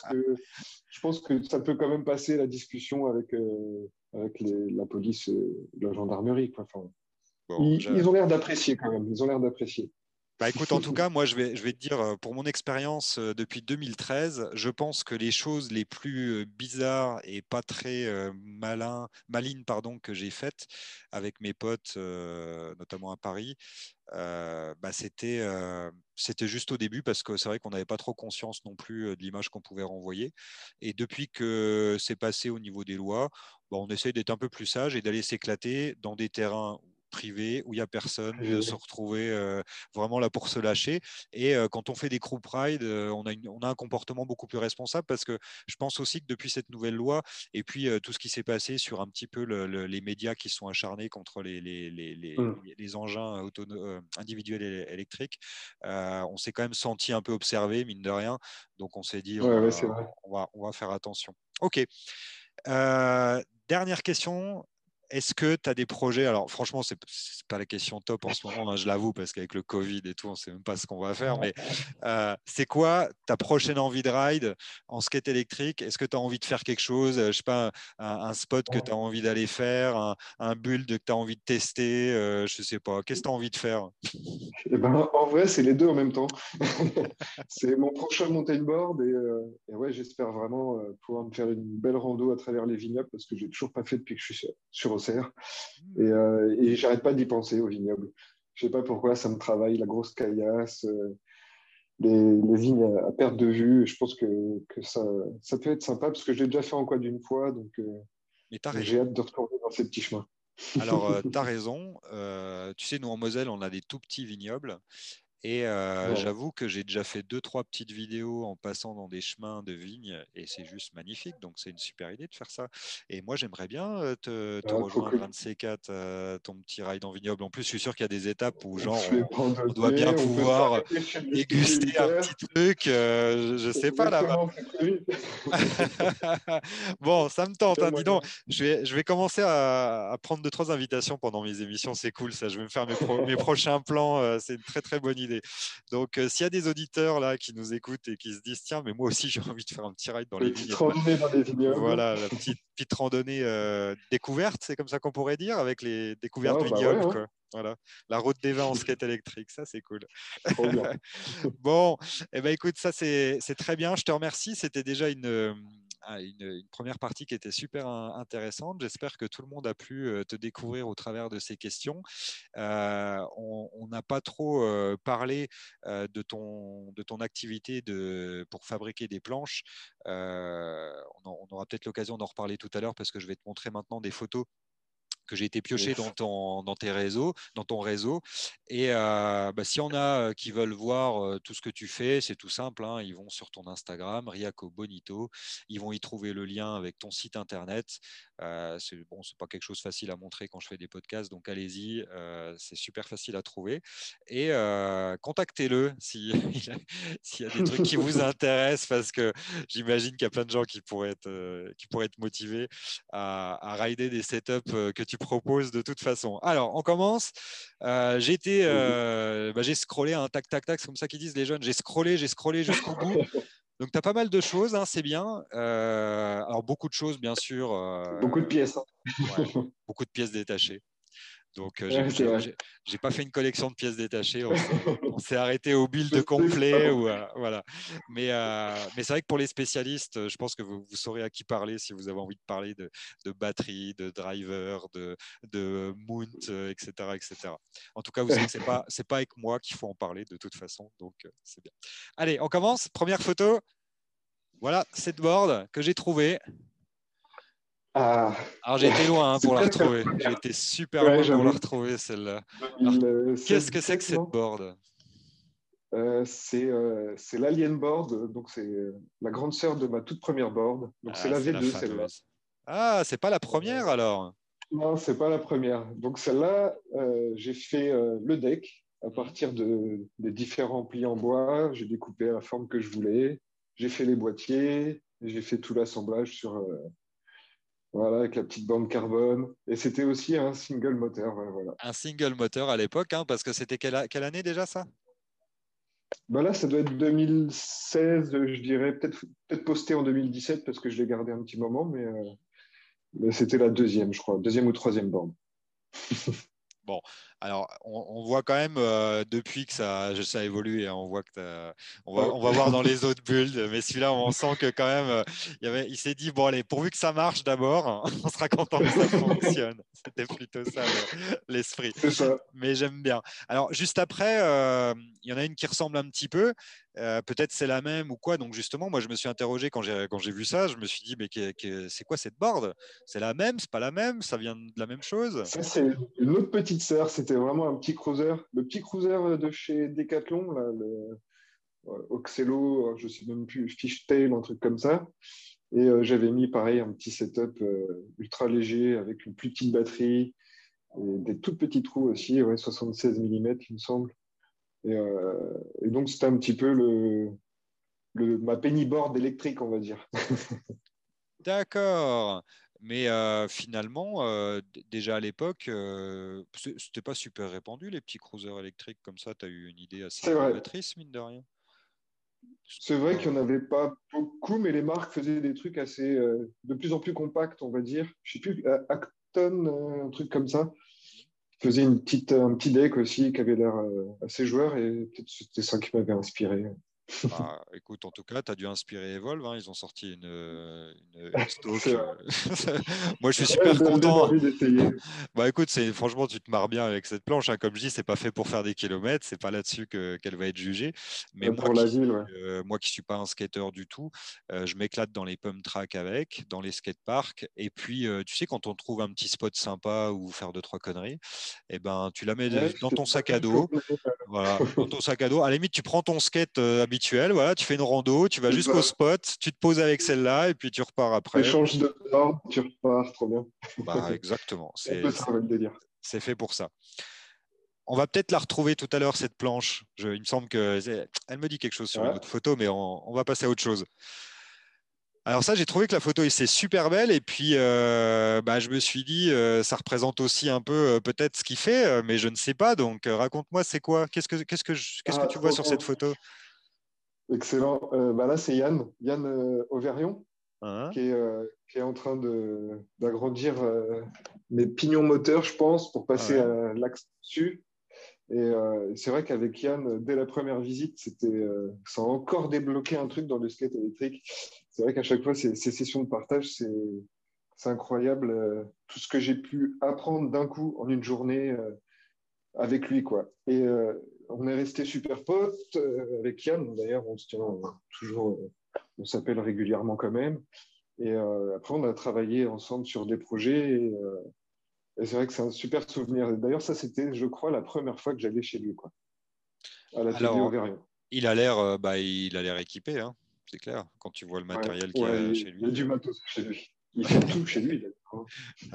je pense que ça peut quand même passer la discussion avec la police et la gendarmerie, quoi. Enfin, Bon, ils ont l'air d'apprécier quand même. Ils ont l'air d'apprécier. bah écoute, en tout cas, moi, je vais te dire, pour mon expérience depuis 2013, je pense que les choses les plus bizarres et pas très malines pardon, que j'ai faites avec mes potes, notamment à Paris, bah, c'était juste au début parce que c'est vrai qu'on n'avait pas trop conscience non plus de l'image qu'on pouvait renvoyer. Et depuis que c'est passé au niveau des lois, bah, on essaye d'être un peu plus sage et d'aller s'éclater dans des terrains privés où il n'y a personne, de se retrouver vraiment là pour se lâcher. Et quand on fait des group rides, on a un comportement beaucoup plus responsable parce que je pense aussi que depuis cette nouvelle loi et puis tout ce qui s'est passé sur un petit peu les médias qui sont acharnés contre Mm. les engins individuels électriques, on s'est quand même senti un peu observé, mine de rien. Donc on s'est dit, Ouais, ouais, c'est vrai. on va faire attention. Ok. Dernière question. Est-ce que tu as des projets? Alors, franchement, c'est pas la question top en ce moment, hein, je l'avoue, parce qu'avec le Covid et tout, on ne sait même pas ce qu'on va faire. Mais c'est quoi ta prochaine envie de ride en skate électrique? Est-ce que tu as envie de faire quelque chose? Je sais pas, un spot que tu as envie d'aller faire, un build que tu as envie de tester? Je sais pas. Qu'est-ce que tu as envie de faire? Eh ben, en vrai, c'est les deux en même temps. C'est mon prochain mountain board et ouais, j'espère vraiment pouvoir me faire une belle rando à travers les vignobles parce que j'ai toujours pas fait depuis que je suis sur Auxerre Hmm. et j'arrête pas d'y penser aux vignobles. Je sais pas pourquoi ça me travaille, la grosse caillasse, les vignes à perte de vue. Je pense que ça peut être sympa parce que je l'ai déjà fait en quad une fois, Mais tu as donc j'ai raison. hâte de retourner dans ces petits chemins. Alors, tu as raison. Tu sais, nous en Moselle, on a des tout petits vignobles. Et Ouais. j'avoue que j'ai déjà fait deux, trois petites vidéos en passant dans des chemins de vignes et c'est juste magnifique. Donc c'est une super idée de faire ça. Et moi, j'aimerais bien te Ah, trop rejoindre cool. un de ces quatre, ton petit ride en vignoble. En plus, je suis sûr qu'il y a des étapes où On genre se fait on doit bien randonner, on peut pouvoir s'arrêter chez le déguster un militaire. petit truc. Je sais pas là-bas. Exactement, c'est très vite. Bon, ça me tente, Il y a hein. Dis donc, moyen. je vais commencer à prendre deux, trois invitations pendant mes émissions. C'est cool, ça. Je vais me faire mes prochains plans. C'est une très, très bonne idée. Donc, s'il y a des auditeurs là qui nous écoutent et qui se disent, tiens, mais moi aussi, j'ai envie de faire un petit ride dans les vignes Petite et tout. randonnée dans les vignobles. Voilà, la petite randonnée découverte, c'est comme ça qu'on pourrait dire, avec les découvertes Ah, bah ouais, vignobles, hein. quoi. Voilà, la route des vins en skate électrique, ça c'est cool. Trop bien. Bon, eh ben, écoute, ça c'est très bien. Je te remercie. C'était déjà une première partie qui était super intéressante. J'espère que tout le monde a pu te découvrir au travers de ces questions. On n'a pas trop parlé de ton activité pour fabriquer des planches. On aura peut-être l'occasion d'en reparler tout à l'heure parce que je vais te montrer maintenant des photos que j'ai été pioché Yes. dans ton réseau. Et si on a qui veulent voir tout ce que tu fais, c'est tout simple, hein, ils vont sur ton Instagram, Riaco Bonito, ils vont y trouver le lien avec ton site internet. C'est bon, c'est pas quelque chose facile à montrer quand je fais des podcasts, donc allez-y, c'est super facile à trouver. Et contactez-le s'il y a des trucs qui vous intéressent, parce que j'imagine qu'il y a plein de gens qui pourraient être motivés à rider des setups que tu proposes de toute façon. Alors, on commence. J'ai scrollé un tac, tac, tac, c'est comme ça qu'ils disent les jeunes. J'ai scrollé jusqu'au bout. Donc, tu as pas mal de choses, hein, c'est bien. Alors, beaucoup de choses, bien sûr. Beaucoup de pièces. Ouais, beaucoup de pièces détachées. Donc, Ouais, c'est vrai. j'ai pas fait une collection de pièces détachées. On s'est arrêté au build Je sais que complet. Ou, voilà. Mais c'est vrai que pour les spécialistes, je pense que vous saurez à qui parler si vous avez envie de parler de batterie, de driver, de mount, etc., etc. En tout cas, vous savez que c'est pas avec moi qu'il faut en parler de toute façon. Donc, c'est bien. Allez, on commence. Première photo. Voilà, cette board que j'ai trouvée. Ah, Alors, j'ai été loin, hein, c'est pour la presque la retrouver. J'ai première. été super Ouais, loin pour la j'avoue. retrouver, celle-là. Alors, qu'est-ce que c'est que 2016-17, cette non? board? C'est l'Alien Board, donc c'est la grande sœur de ma toute première board. Donc c'est Ah, la c'est la V2, celle-là. fameuse. Ah, c'est pas la première alors? Non, c'est pas la première. Donc celle-là, j'ai fait le deck à Hmm. partir des différents plis en bois. J'ai découpé la forme que je voulais. J'ai fait les boîtiers. J'ai fait tout l'assemblage voilà, avec la petite bande carbone. Et c'était aussi un single moteur. Ouais, voilà. Un single moteur à l'époque, hein, parce que c'était quelle année déjà ça? Bah là, ça doit être 2016, je dirais. Peut-être posté en 2017 parce que je l'ai gardé un petit moment, mais c'était la deuxième, je crois. Deuxième ou troisième borne. Bon, alors on voit quand même depuis que ça a évolué, hein, on voit que on va voir dans les autres builds, mais celui-là on sent que quand même il s'est dit bon allez, pourvu que ça marche d'abord, on sera content que ça fonctionne. C'était plutôt ça l'esprit. C'est ça. Mais j'aime bien. Alors juste après, il y en a une qui ressemble un petit peu. Peut-être c'est la même ou quoi. Donc justement, moi je me suis interrogé quand j'ai vu ça, je me suis dit mais c'est quoi cette board? C'est la même? C'est pas la même? Ça vient de la même chose? Ça, c'est une autre petite sœur. C'était vraiment un petit cruiser. Le petit cruiser de chez Decathlon, là, le Oxelo, je sais même plus, Fishtail, un truc comme ça. Et j'avais mis pareil un petit setup ultra léger avec une plus petite batterie et des toutes petits trous aussi, ouais, 76 mm, il me semble. Et donc, c'était un petit peu ma pennyboard électrique, on va dire. D'accord. Mais finalement, déjà à l'époque, c'était pas super répandu, les petits cruisers électriques comme ça. Tu as eu une idée assez C'est vrai. novatrice, mine de rien. C'est vrai qu'il Pas- n'y en avait pas beaucoup, mais les marques faisaient des trucs assez, de plus en plus compacts, on va dire. Je sais plus, Acton, un truc comme ça. Faisait un petit deck aussi qui avait l'air assez joueur et peut-être c'était ça qui m'avait inspiré. Bah, écoute, en tout cas, tu as dû inspirer Evolve, hein. Ils ont sorti une stock. C'est vrai. Moi, je suis Ouais, super ça donne content. envie d'essayer. Bah, écoute, franchement, tu te marres bien avec cette planche, hein. Comme je dis, c'est pas fait pour faire des kilomètres. C'est pas là-dessus qu'elle va être jugée. Mais Pour la ville, ouais. moi qui suis pas un skateur du tout, je m'éclate dans les pump tracks avec, dans les skateparks. Et puis, tu sais, quand on trouve un petit spot sympa ou faire deux, trois conneries, eh ben, tu la mets Ouais, dans c'était ton pas sac à une dos. journée. Voilà, dans ton sac à dos. À la limite, tu prends ton skate habituel, voilà, tu fais une rando, tu vas C'est jusqu'au ça. spot, tu te poses avec celle-là et puis tu repars Tu après. échanges de board, tu repars, trop bien. Bah, exactement, C'est un peu ça, ouais, le délire. c'est fait pour ça. On va peut-être la retrouver tout à l'heure, cette planche. Il me semble elle me dit quelque chose sur une Ouais. autre photo, mais on va passer à autre chose. Alors ça, j'ai trouvé que la photo c'est super belle et puis je me suis dit ça représente aussi un peu peut-être ce qu'il fait, mais je ne sais pas. Donc raconte-moi, c'est quoi? Qu'est-ce que Ah, tu vois trop sur cette bien. photo? Excellent. Bah là, c'est Yann Auvergnat, Hein. qui est en train d'agrandir mes pignons moteurs, je pense, pour passer Ouais. à l'axe dessus. Et c'est vrai qu'avec Yann, dès la première visite, ça a encore débloqué un truc dans le skate électrique. C'est vrai qu'à chaque fois, ces sessions de partage, c'est incroyable tout ce que j'ai pu apprendre d'un coup en une journée avec lui, quoi. Et on est resté super potes avec Yann. D'ailleurs, on se tient toujours, on s'appelle régulièrement quand même. Et après, on a travaillé ensemble sur des projets. Et c'est vrai que c'est un super souvenir. D'ailleurs, ça, c'était, je crois, la première fois que j'allais chez lui, quoi, à l'atelier Alors, Auvergnat. il a l'air équipé, hein, c'est clair. Quand tu vois le Ouais, matériel qu'il y ouais, a chez il y a lui. du matos chez lui. Il fait tout chez lui, d'ailleurs.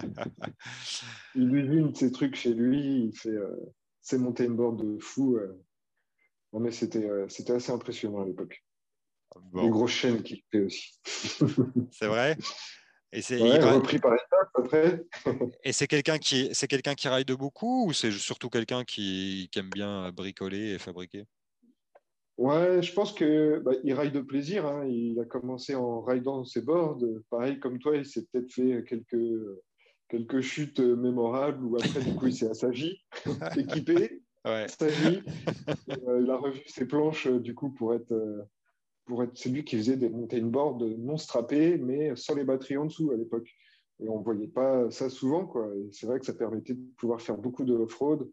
Il usine ses trucs chez lui, il fait ses montées board de fou. Non, mais c'était assez impressionnant à l'époque. Les Bon, grosses chaînes qu'il fait aussi. c'est vrai. Et Ouais, repris par les tapes après. c'est quelqu'un qui ride beaucoup ou c'est surtout quelqu'un qui aime bien bricoler et fabriquer? Ouais, je pense que il ride de plaisir, hein. Il a commencé en ridant ses boards. Pareil comme toi, il s'est peut-être fait quelques chutes mémorables où après, du coup, il s'est assagi, équipé, Ouais, assagi. Il a revu ses planches, du coup, pour être celui qui faisait des mountain boards non strappés, mais sans les batteries en dessous à l'époque. Et on ne voyait pas ça souvent, quoi. Et c'est vrai que ça permettait de pouvoir faire beaucoup de off-road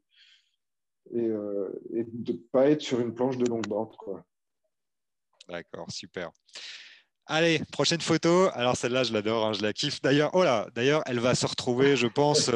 et de ne pas être sur une planche de longboard, quoi. d'accord, super. Allez, prochaine photo. Alors celle-là, je l'adore, hein, je la kiffe. D'ailleurs, oh là, d'ailleurs, elle va se retrouver, je pense,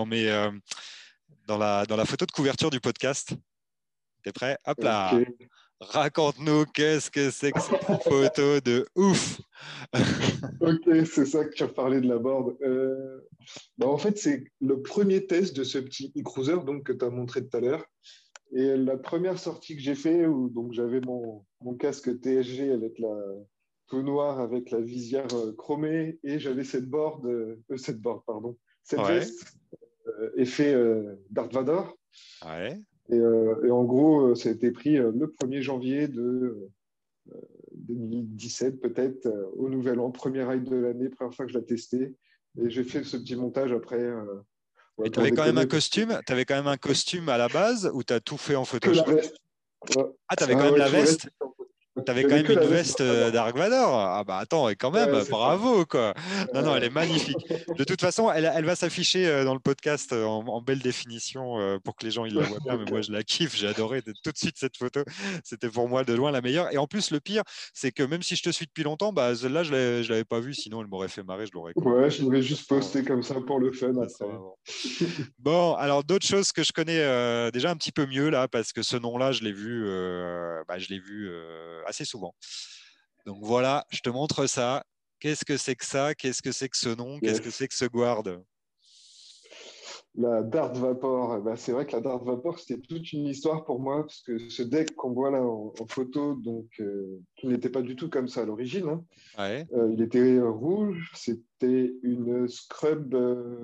dans la photo de couverture du podcast. T'es prêt? Hop là. Ok. Raconte-nous qu'est-ce que c'est que cette photo de ouf. Ok, c'est ça que tu as parlé de la board. En fait, c'est le premier test de ce petit e-cruiser donc, que tu as montré tout à l'heure. Et la première sortie que j'ai fait, où donc j'avais mon casque TSG avec la tout noir avec la visière chromée et j'avais cette board, pardon, cette Ouais, veste effet Darth Vader. ouais. Et en gros, ça a été pris le 1er janvier de 2017 peut-être, au Nouvel An, premier ride de l'année, première fois que je l'ai testé. Et j'ai fait ce petit montage après Et ouais, tu pour avais quand même un déconner parce que costume, t'avais quand même un costume à la base ou tu as tout fait en que la Photoshop? veste. Ouais. Ah, tu avais quand Ah même ouais, la tout le reste, veste? T'avais quand j'avais même que une la veste veste Darth Vader. Dark Vador. Ah bah attends, et quand même, Ouais, c'est ça. bravo quoi. Non, non, elle est Euh, magnifique. De toute façon, elle va s'afficher dans le podcast en belle définition pour que les gens ils la voient bien. Mais moi, je la kiffe. J'ai adoré tout de suite cette photo. C'était pour moi de loin la meilleure. Et en plus, le pire, c'est que même si je te suis depuis longtemps, bah celle-là, je l'avais pas vue. Sinon, elle m'aurait fait marrer. Je l'aurais coupée. ouais, De je voulais toute juste façon, poster comme ça pour le fun ça sent après. avant. Bon, alors d'autres choses que je connais déjà un petit peu mieux là, parce que ce nom-là, je l'ai vu assez souvent. Donc voilà, je te montre ça. Qu'est-ce que c'est que ça? Qu'est-ce que c'est que ce nom? Qu'est-ce que Yes. c'est que ce guard? La Dart Vapor, c'est vrai que la Dart Vapor, c'était toute une histoire pour moi, parce que ce deck qu'on voit là en photo, donc, qui n'était pas du tout comme ça à l'origine, hein. Ouais, Il était rouge, c'était une Scrub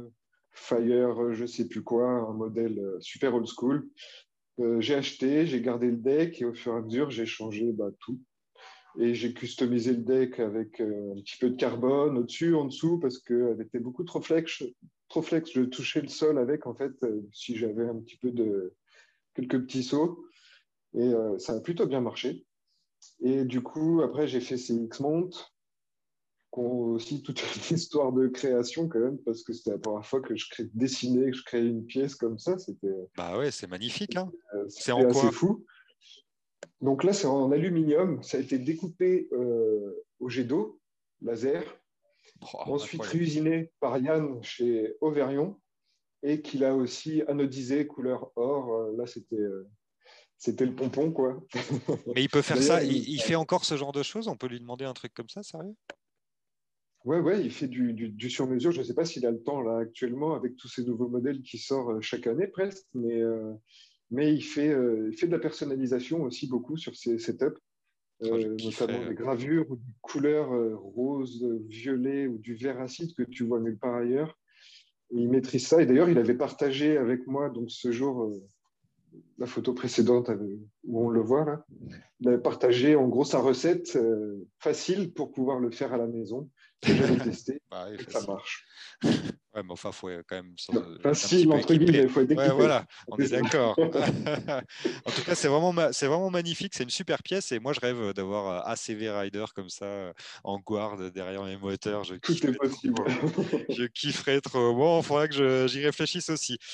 Fire, je sais plus quoi, un modèle super old school. J'ai acheté, j'ai gardé le deck et au fur et à mesure, j'ai changé tout. Et j'ai customisé le deck avec un petit peu de carbone au-dessus, en dessous, parce qu'elle était beaucoup trop flex. Je touchais le sol avec, en fait, si j'avais un petit peu de quelques petits sauts. Et ça a plutôt bien marché. Et du coup, après, j'ai fait ces X-Mount, qui ont aussi toute une histoire de création quand même, parce que c'était la première fois que dessinais, que je créais une pièce comme ça. bah ouais, c'est magnifique, hein. C'est C'était en assez quoi? fou. Donc là, c'est en aluminium. Ça a été découpé au jet d'eau, laser. Oh, Ensuite incroyable. réusiné par Yann chez Auvergnon et qu'il a aussi anodisé couleur or. Là, c'était le pompon, quoi. Mais il peut faire D'ailleurs, ça, il fait encore ce genre de choses? On peut lui demander un truc comme ça, sérieux? ouais, il fait du sur-mesure. Je ne sais pas s'il a le temps là actuellement avec tous ces nouveaux modèles qui sortent chaque année presque, mais il fait de la personnalisation aussi beaucoup sur ses setups, Oh, je notamment kifferais. des gravures ou des couleurs rose, violet ou du vert acide que tu vois nulle part ailleurs. Et il maîtrise ça. Et d'ailleurs, il avait partagé avec moi donc ce jour la photo précédente où on le voit là. Il avait partagé en gros sa recette facile pour pouvoir le faire à la maison que j'avais testé Bah oui, et que ça facile. marche. Ouais, mais enfin, faut quand même être un petit Facile peu entre équipé. guillemets, il faut être Ouais, équipé. voilà, on est C'est ça. d'accord. En tout cas, c'est vraiment magnifique. C'est une super pièce et moi, je rêve d'avoir ACV Rider comme ça en guard derrière mes moteurs. Tout est possible. Je kifferais trop. Bon, il faudra que j'y réfléchisse aussi.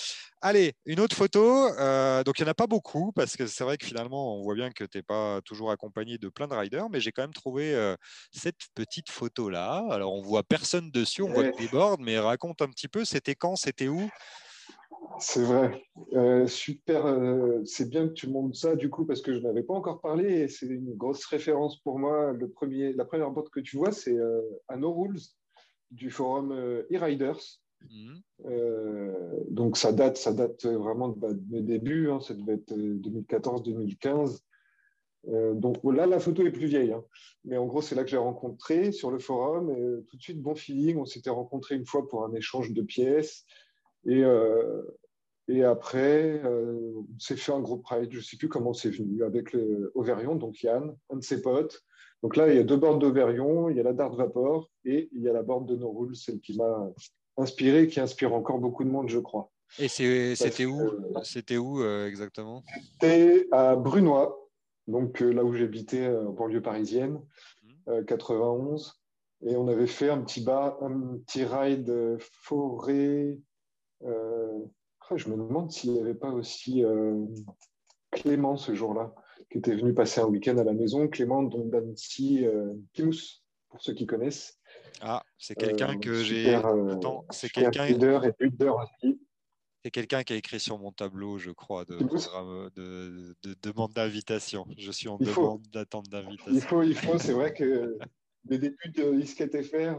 Allez, une autre photo. Donc, il n'y en a pas beaucoup parce que c'est vrai que finalement, on voit bien que tu n'es pas toujours accompagné de plein de riders, mais j'ai quand même trouvé cette petite photo-là. Alors, on voit personne dessus, on voit que Ouais, des boards, mais raconte un petit peu, c'était quand, c'était où? c'est vrai. Super. C'est bien que tu montres ça du coup parce que je n'avais pas encore parlé et c'est une grosse référence pour moi. La première board que tu vois, c'est à No Rules du forum e-Riders. Mhm. Donc ça date vraiment de mes débuts, hein, ça devait être 2014-2015. Donc là, la photo est plus vieille, hein. Mais en gros, c'est là que j'ai rencontré sur le forum. Et, tout de suite, bon feeling. On s'était rencontrés une fois pour un échange de pièces. Et, et après, on s'est fait un groupe ride. Je ne sais plus comment c'est venu avec le Overion, donc Yann, un de ses potes. Donc là, il y a deux bornes d'Overion, il y a la Dart Vapor et il y a la borne de No Rules, celle qui m'a inspiré, qui inspire encore beaucoup de monde, je crois. Et Parce c'était où? que C'était où exactement? c'était à Brunois, donc là où j'habitais en banlieue parisienne, Mhm. 91. Et on avait fait un petit ride forêt. euh, je me demande s'il n'y avait pas aussi Clément ce jour-là, qui était venu passer un week-end à la maison. Clément, donc d'Annecy, Pimous, pour ceux qui connaissent. Ah, c'est quelqu'un que j'ai. Super, Attends, super leader et leader aussi. c'est quelqu'un qui a écrit sur mon tableau, je crois, de Pimous, programme de demande d'invitation. Je suis en il faut, demande d'attente d'invitation. il faut. C'est vrai que les débuts de Isket FR,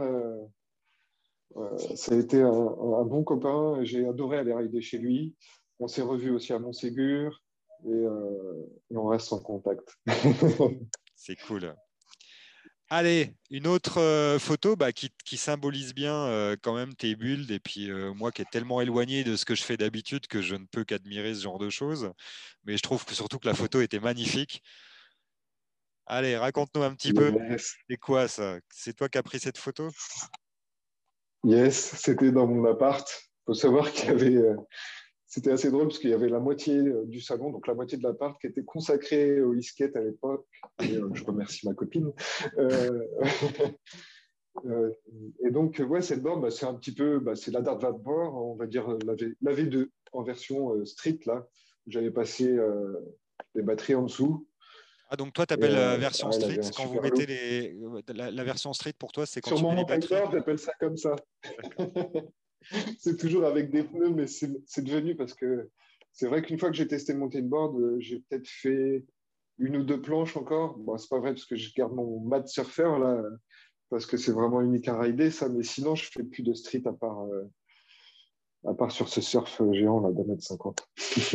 ça a été un bon copain. J'ai adoré aller rider chez lui. On s'est revus aussi à Montségur et on reste en contact. C'est cool. Allez, une autre photo bah, qui symbolise bien quand même tes builds et puis moi qui est tellement éloigné de ce que je fais d'habitude que je ne peux qu'admirer ce genre de choses. Mais je trouve que surtout que la photo était magnifique. Allez, raconte-nous un petit peu. Yes, C'est quoi ça? C'est toi qui as pris cette photo? yes, c'était dans mon appart. Il faut savoir qu'il y avait, c'était assez drôle parce qu'il y avait la moitié du salon, donc la moitié de l'appart qui était consacrée au e-skate à l'époque. Et je remercie ma copine. Euh, euh, et donc, ouais, cette board, bah, c'est un petit peu, bah, c'est la Dart Vapor, on va dire la V2 en version street, là. J'avais passé les batteries en dessous. Ah, donc toi, tu Et appelles version elle street avait un quand vous super mettez look. la version street pour toi, c'est quand Sur tu mon mets les montagne batteries? board, j'appelle ça comme ça. D'accord. C'est toujours avec des pneus, mais c'est devenu parce que c'est vrai qu'une fois que j'ai testé le mountain board, j'ai peut-être fait une ou deux planches encore. Bon, c'est pas vrai parce que je garde mon mat surfer là, parce que c'est vraiment unique à rider ça, mais sinon je fais plus de street à part sur ce surf géant là d'un mètre 50.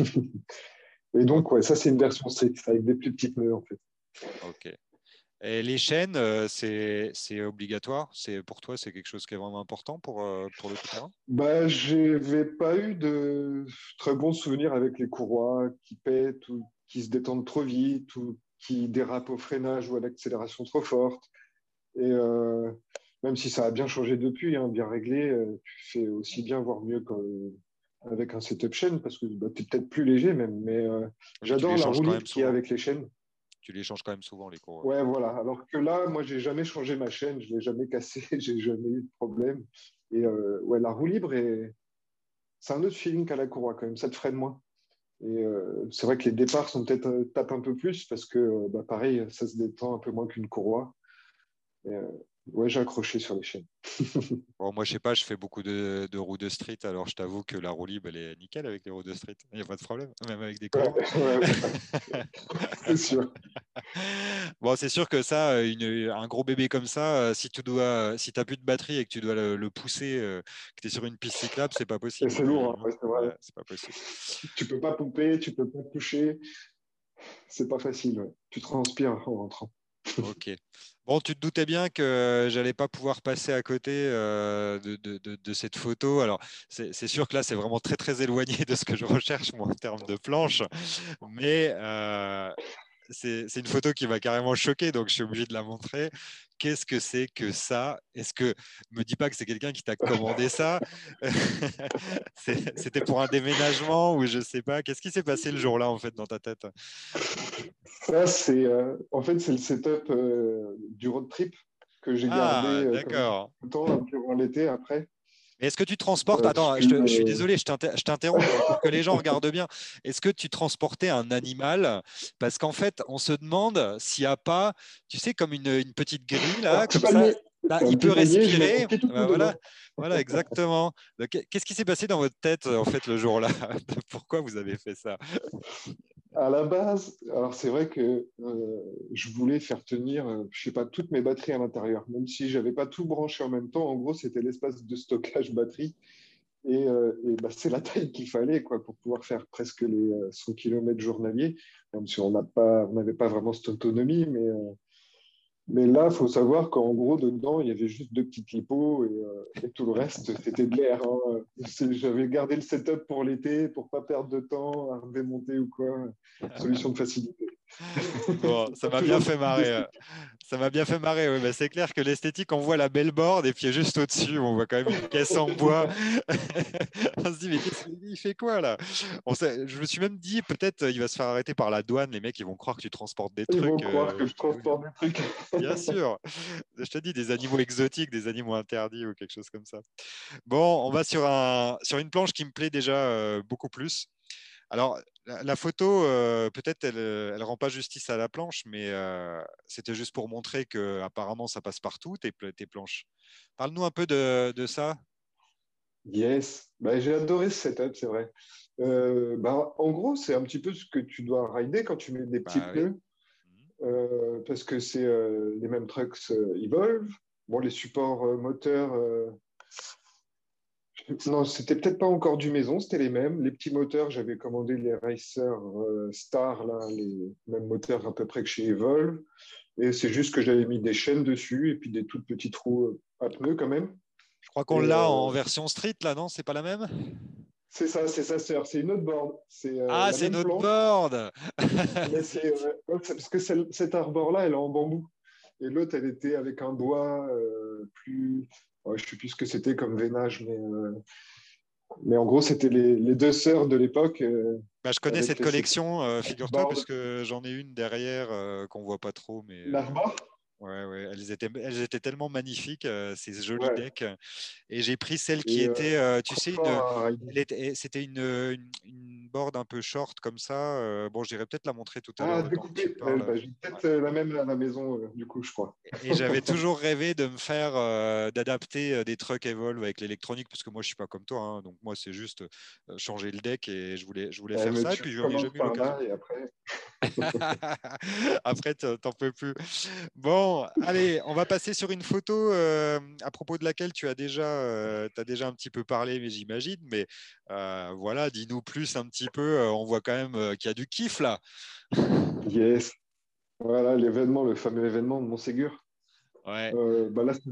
Et O- donc, ouais, ça c'est une version street avec des plus petites pneus en fait. Ok. Et les chaînes, c'est obligatoire? C'est pour toi, c'est quelque chose qui est vraiment important pour le tout-terrain? Bah, j'avais pas eu de très bons souvenirs avec les courroies qui pètent ou qui se détendent trop vite ou qui dérapent au freinage ou à l'accélération trop forte. Et même si ça a bien changé depuis, hein, bien réglé, tu fais aussi bien, voire mieux qu'avec un setup chaîne parce que bah, tu es peut-être plus léger même. Mais Mais tu j'adore les la changes roue quand libre même qu'il y a souvent. avec les chaînes. Tu les changes quand même souvent, les cours. Ouais, voilà. Alors que là, moi, j'ai jamais changé ma chaîne, je l'ai jamais cassée, j'ai jamais eu de problème. Et ouais, la roue libre, c'est un autre feeling qu'à la courroie quand même, ça te freine moins. Et c'est vrai que les départs sont peut-être tapent un peu plus parce que, bah, pareil, ça se détend un peu moins qu'une courroie. Et, ouais, j'ai accroché sur les chaînes. Bon, moi, je sais pas, je fais beaucoup de roues de street, alors je t'avoue que la roue libre, elle est nickel avec les roues de street. Il n'y a pas de problème, même avec des Ouais, courroies. ouais, c'est sûr. Bon, c'est sûr que ça, un gros bébé comme ça, si t'as plus de batterie et que tu dois le pousser, que tu es sur une piste cyclable, c'est pas Et possible, c'est lourd, hein, évidemment. ouais, c'est vrai. Ouais, c'est pas possible. Tu peux pas pomper, tu peux pas toucher. C'est pas facile. Ouais. Tu transpires en rentrant. Ok. Bon, tu te doutais bien que j'allais pas pouvoir passer à côté de cette photo. Alors, c'est sûr que là, c'est vraiment très très éloigné de ce que je recherche moi en termes de planche, mais c'est une photo qui m'a carrément choqué, donc je suis obligé de la montrer. Qu'est-ce que c'est que ça? Est-ce que me dis pas que c'est quelqu'un qui t'a commandé ça? C'était pour un déménagement ou je sais pas. Qu'est-ce qui s'est passé le jour-là en fait dans ta tête? Ça, c'est en fait, c'est le setup du road trip que j'ai gardé Ah, comme d'accord. tout le temps hein, durant l'été après. Mais est-ce que tu transportes, Parce attends, que je suis désolé, je t'interromps, mais pour que les gens regardent bien, est-ce que tu transportais un animal? Parce qu'en fait, on se demande s'il n'y a pas, tu sais, comme une petite grille, un là, petit comme ça, panier, là, c'est un il peut petit panier, je mets mon respirer. petit toutou Ben voilà, dedans. voilà, exactement. Donc, qu'est-ce qui s'est passé dans votre tête, en fait, le jour-là? Pourquoi vous avez fait ça? À la base, alors c'est vrai que je voulais faire tenir, je sais pas, toutes mes batteries à l'intérieur, même si j'avais pas tout branché en même temps. En gros, c'était l'espace de stockage batterie et bah, c'est la taille qu'il fallait quoi pour pouvoir faire presque les 100 km journaliers, même si on n'avait pas vraiment cette autonomie, mais là, il faut savoir qu'en gros, dedans, il y avait juste deux petits clipots et tout le reste, c'était de l'air, hein. J'avais gardé le setup pour l'été, pour pas perdre de temps à redémonter ou quoi. Solution de facilité. Bon, ça Pas m'a bien toujours fait marrer. d'esthétique. Ça m'a bien fait marrer. Ouais. Bah, c'est clair que l'esthétique, on voit la belle board et puis juste au-dessus, on voit quand même une caisse en C'est bois. ça. On se dit, mais il fait quoi là? Je me suis même dit, peut-être il va se faire arrêter par la douane. Les mecs, ils vont croire que tu transportes des Ils vont trucs. croire que je transporte des trucs. Bien sûr. Je te dis, des animaux exotiques, des animaux interdits ou quelque chose comme ça. Bon, on va sur une planche qui me plaît déjà beaucoup plus. Alors, la photo, peut-être, elle rend pas justice à la planche, mais c'était juste pour montrer que apparemment ça passe partout, tes planches. Parle-nous un peu de ça. Yes, bah, j'ai adoré ce setup, c'est vrai. Bah, en gros, c'est un petit peu ce que tu dois rider quand tu mets des petits Bah oui. pneus, parce que c'est les mêmes trucks Evolve. Bon, les supports moteurs, non, c'était peut-être pas encore du maison, c'était les mêmes. Les petits moteurs, j'avais commandé les Racer Star, là, les mêmes moteurs à peu près que chez Evolve. Et c'est juste que j'avais mis des chaînes dessus et puis des toutes petites roues à pneus quand même. Je crois qu'on Et l'a en version street, là, non? C'est pas la même? c'est sa sœur, c'est une autre board. C'est Ah, la c'est même notre planche, board! mais ouais, parce que cette arbor-là, elle est en bambou. Et l'autre, elle était avec un bois plus. Ouais, je ne sais plus ce que c'était comme veinage, mais en gros, c'était les deux sœurs de l'époque Bah, je connais avec cette cette collection, figure-toi, parce board. que j'en ai une derrière qu'on voit pas trop, mais L'arbor? ouais, ouais, elles étaient tellement magnifiques, ces jolis Ouais. decks. Et j'ai pris celle qui Et était, tu trop sais, fort à rider. c'était une board un peu short comme ça. Bon, j'irai peut-être la montrer tout à Ah, l'heure le temps que tu découpé. parles. Bah, j'ai Ouais. peut-être la même à la maison, du coup, je crois. Et j'avais toujours rêvé de me faire, d'adapter des trucks Evolve avec l'électronique, parce que moi, je suis pas comme toi, hein. Donc moi, c'est juste changer le deck et je voulais faire Mais ça. Et tu puis, j'en ai commences jamais eu par l'occasion. là et après. Après, t'en peux plus. Bon, allez, on va passer sur une photo à propos de laquelle t'as déjà un petit peu parlé, mais j'imagine. Mais voilà, dis-nous plus un petit peu. On voit quand même qu'il y a du kiff là. Yes. Voilà, l'événement, le fameux événement de Montségur. Ouais. Bah là, c'est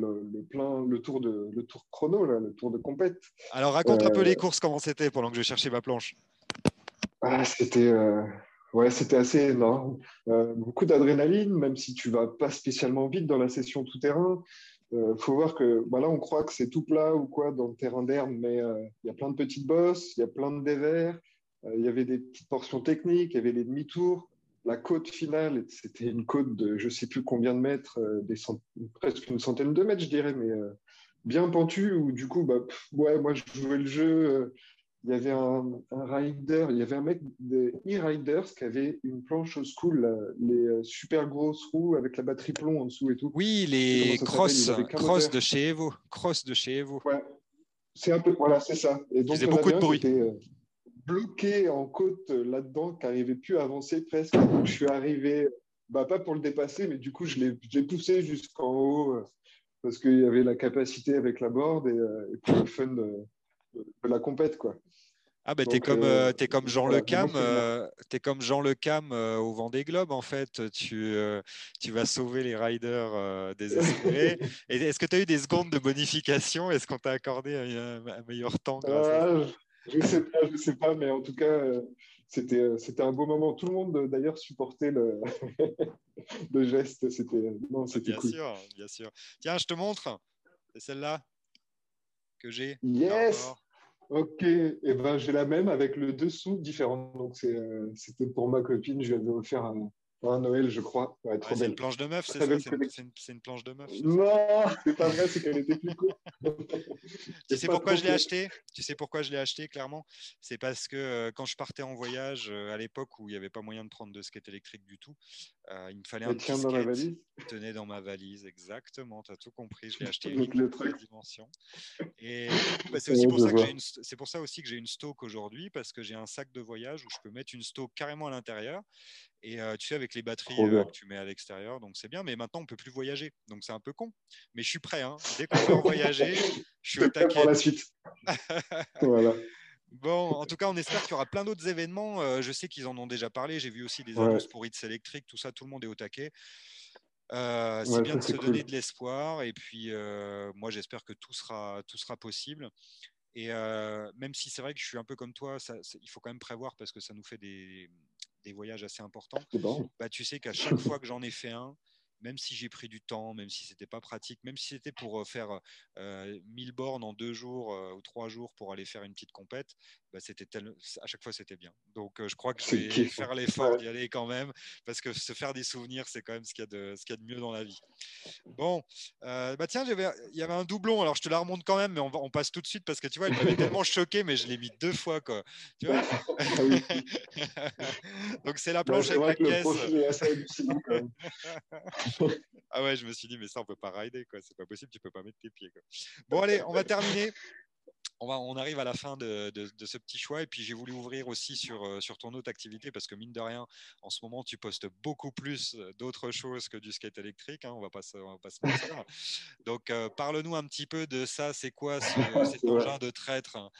le tour chrono, là, le tour de compète. Alors raconte un peu les Euh, courses, comment c'était pendant que je cherchais ma planche. c'était ouais, c'était assez énorme. Beaucoup d'adrénaline, même si tu vas pas spécialement vite dans la session tout-terrain. Faut voir que bah là, on croit que c'est tout plat ou quoi dans le terrain d'herbe, mais il y a plein de petites bosses, il y a plein de dévers, il y avait des petites portions techniques, il y avait les demi-tours. La côte finale, c'était une côte de je sais plus combien de mètres, presque une centaine de mètres, je dirais, mais bien pentue, où du coup, bah, ouais, moi, je jouais le jeu. Il y avait un rider, il y avait un mec des e-riders qui avait une planche au school, là, les super grosses roues avec la batterie plomb en dessous et tout. Oui, Je sais comment les ça s'appelle, ils avaient qu'un cross moteur. de chez Evo. Cross de chez Evo. Ouais, c'est un peu, voilà, c'est ça. Et Qui donc, faisait il y en beaucoup avait de un qui bruit. était bloqué en côte là-dedans, qui n'arrivait plus à avancer presque. Et donc, je suis arrivé, bah, pas pour le dépasser, mais du coup, je l'ai poussé jusqu'en haut parce qu'il y avait la capacité avec la board et pour le fun de la compète, quoi. Ah ben Donc, t'es comme Jean Le voilà, gros Cam, souvenir. t'es comme Jean Le Cam au Vendée Globe en fait. Tu vas sauver les riders désespérés. Et est-ce que tu as eu des secondes de bonification? Est-ce qu'on t'a accordé un meilleur temps grâce à ça? Ah, je sais pas, mais en tout cas, c'était un beau moment. Tout le monde, d'ailleurs, supportait le geste. Non, Ah, c'était bien cool. sûr, bien sûr. Tiens, je te montre. C'est celle-là que j'ai, une Yes! Arbor. Ok, et ben j'ai la même avec le dessous différent. Donc c'était pour ma copine, je lui avais offert un Noël, je crois. Ouais, trop C'est une belle. planche de meuf, c'est Très ça? belle collection. C'est une planche de meuf, c'est ça? Non, c'est pas vrai, c'est qu'elle était plus courte. Tu C'est sais pas pourquoi trop je l'ai clair. acheté? Tu sais pourquoi je l'ai acheté, clairement? C'est parce que quand je partais en voyage, à l'époque où il n'y avait pas moyen de prendre de skate électrique du tout, il me fallait un Elle petit tient dans la skate. valise. Il tenait dans ma valise, exactement, tu as tout compris. Je l'ai acheté Donc, uniquement le pour la truc. dimension. Et du coup, bah, Ouais, je vois. c'est pour ça aussi que j'ai une stock aujourd'hui, parce que j'ai un sac de voyage où je peux mettre une stock carrément à l'intérieur. Et tu sais, avec les batteries Trop bien. que tu mets à l'extérieur, donc c'est bien. Mais maintenant, on peut plus voyager, donc c'est un peu con. Mais je suis prêt, hein. Dès qu'on peut revoyager, je suis au T'es prêt pour taquet. la suite. Voilà. Bon, en tout cas, on espère qu'il y aura plein d'autres événements. Je sais qu'ils en ont déjà parlé. J'ai vu aussi des Ouais, annonces pour It's Electric, tout ça, tout le monde est au taquet. C'est ouais, bien ça de se c'est donner cool. de l'espoir. Et puis, moi, j'espère que tout sera possible. Et même si c'est vrai que je suis un peu comme toi, il faut quand même prévoir parce que ça nous fait des voyages assez importants. C'est bon. Bah, tu sais qu'à chaque fois que j'en ai fait un, même si j'ai pris du temps, même si c'était pas pratique, même si c'était pour faire 1000 bornes en 2 jours ou 3 jours pour aller faire une petite compète, bah, à chaque fois c'était bien. Donc je crois que je C'est le vais kiff. faire l'effort Ouais. d'y aller quand même parce que se faire des souvenirs, c'est quand même ce qu'il y a de mieux dans la vie. Bon, bah tiens, il y avait un doublon. Alors je te la remonte quand même, mais on passe tout de suite parce que tu vois, elle m'avait tellement choqué, mais je l'ai mis 2 fois, quoi. Tu vois. Ah oui. Donc c'est la Bah, planche c'est avec vrai la que le caisse. profil est assez hallucinant quand même. Ah ouais, je me suis dit, mais ça, on peut pas rider, quoi. C'est pas possible, tu peux pas mettre tes pieds, quoi. Bon, allez, on va terminer. On arrive à la fin de ce petit choix. Et puis, j'ai voulu ouvrir aussi sur ton autre activité parce que, mine de rien, en ce moment, tu postes beaucoup plus d'autres choses que du skate électrique, hein, on va pas se mentir. Donc, parle-nous un petit peu de ça. C'est quoi cet C'est vrai. engin de traître, hein?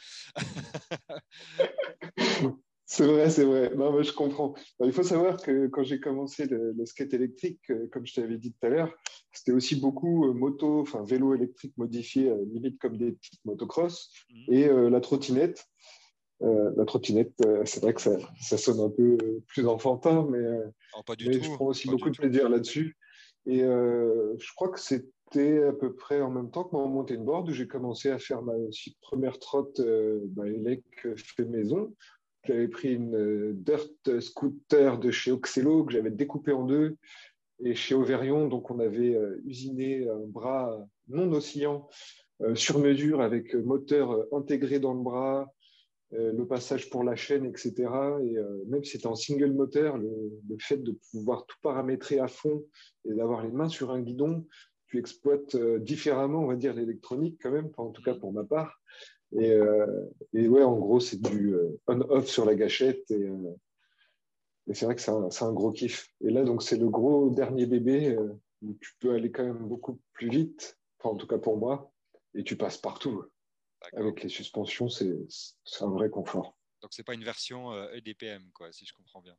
C'est vrai, c'est vrai. Non, mais je comprends. Il faut savoir que quand j'ai commencé le skate électrique, comme je t'avais dit tout à l'heure, c'était aussi beaucoup moto, enfin vélo électrique modifié, limite comme des petites motocross, Mhm. et la trottinette. La trottinette, c'est vrai que ça sonne un peu plus enfantin, Oh, pas du mais je tout, prends aussi pas du beaucoup de tout. plaisir là-dessus. Et je crois que c'était à peu près en même temps que mon mountain board où j'ai commencé à faire ma première trotte élec fait maison. J'avais pris une dirt scooter de chez Oxelo que j'avais découpé en deux. Et chez Auvergne, donc on avait usiné un bras non oscillant sur mesure avec moteur intégré dans le bras, le passage pour la chaîne, etc. Et même si c'était en single moteur, le fait de pouvoir tout paramétrer à fond et d'avoir les mains sur un guidon, tu exploites différemment, on va dire, l'électronique quand même, en tout cas Mhm. pour ma part. Et ouais, en gros, c'est du on-off sur la gâchette. Et c'est vrai que c'est un gros kiff. Et là, donc, c'est le gros dernier bébé où tu peux aller quand même beaucoup plus vite, enfin, en tout cas pour moi, et tu passes partout. D'accord. Avec les suspensions, c'est un vrai confort. Donc, c'est pas une version EDPM, quoi, si je comprends bien.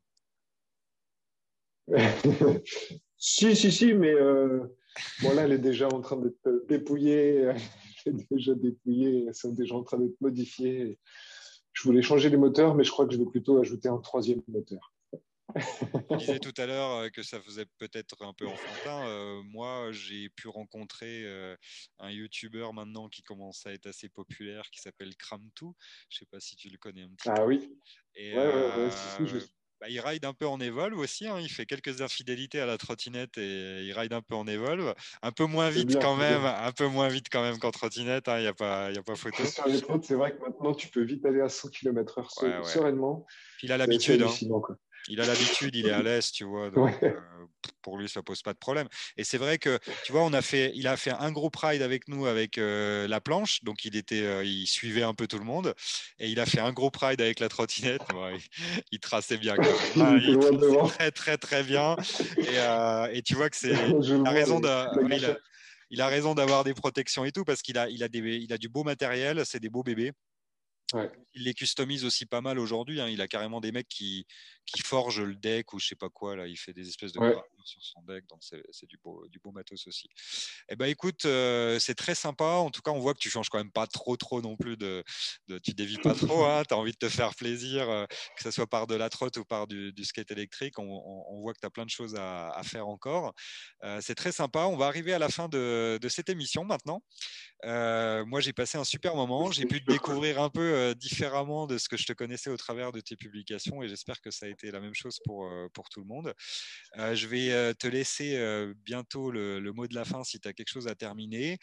Si, si, si, mais bon, là, elle est déjà en train d'être dépouillée. Elle est déjà dépouillée. Elles sont déjà en train d'être modifiées. Je voulais changer les moteurs, mais je crois que je vais plutôt ajouter un troisième moteur. Tu disais tout à l'heure que ça faisait peut-être un peu enfantin. Moi, j'ai pu rencontrer un YouTuber maintenant qui commence à être assez populaire, qui s'appelle Kram2. Je ne sais pas si tu le connais un petit Ah peu. oui, Et ouais, ouais, ouais, si, si, bah, il ride un peu en Evolve aussi, hein. Il fait quelques infidélités à la trottinette et il ride un peu en Evolve. Un peu moins c'est vite bien, quand c'est bien. même, un peu moins vite quand même qu'en trottinette, hein. Il y a pas C'est photo. sur les routes, c'est vrai que maintenant, tu peux vite aller à 100 km/h Ouais, ouais. sereinement. Puis il a C'est assez l'habitude, hein. hallucinant, quoi. Il a l'habitude, il est à l'aise, tu vois, donc Ouais, pour lui, ça pose pas de problème. Et c'est vrai que, tu vois, il a fait un gros ride avec nous avec la planche, donc il suivait un peu tout le monde, et il a fait un gros ride avec la trottinette. Bon, il traçait bien quand même, il hein. était Il loin traçait devant. très très très bien, et tu vois que Je le il a vois, raison la ouais, gâchette. il a raison d'avoir des protections et tout parce il a du beau matériel, c'est des beaux bébés. Ouais, Il les customise aussi pas mal aujourd'hui, hein. Il a carrément des mecs qui forgent le deck ou je sais pas quoi. Là. Il fait des espèces de ouais. gravures sur son deck, donc c'est du beau matos aussi. Eh ben, écoute, c'est très sympa. En tout cas, on voit que tu changes quand même pas trop non plus tu dévis pas trop. Hein, tu as envie de te faire plaisir, que ce soit par de la trotte ou par du skate électrique. On voit que tu as plein de choses à faire encore. C'est très sympa. On va arriver à la fin de cette émission maintenant. Moi, j'ai passé un super moment. J'ai pu te découvrir un peu différemment de ce que je te connaissais au travers de tes publications et j'espère que ça a été la même chose pour tout le monde. Je vais te laisser bientôt le mot de la fin si tu as quelque chose à terminer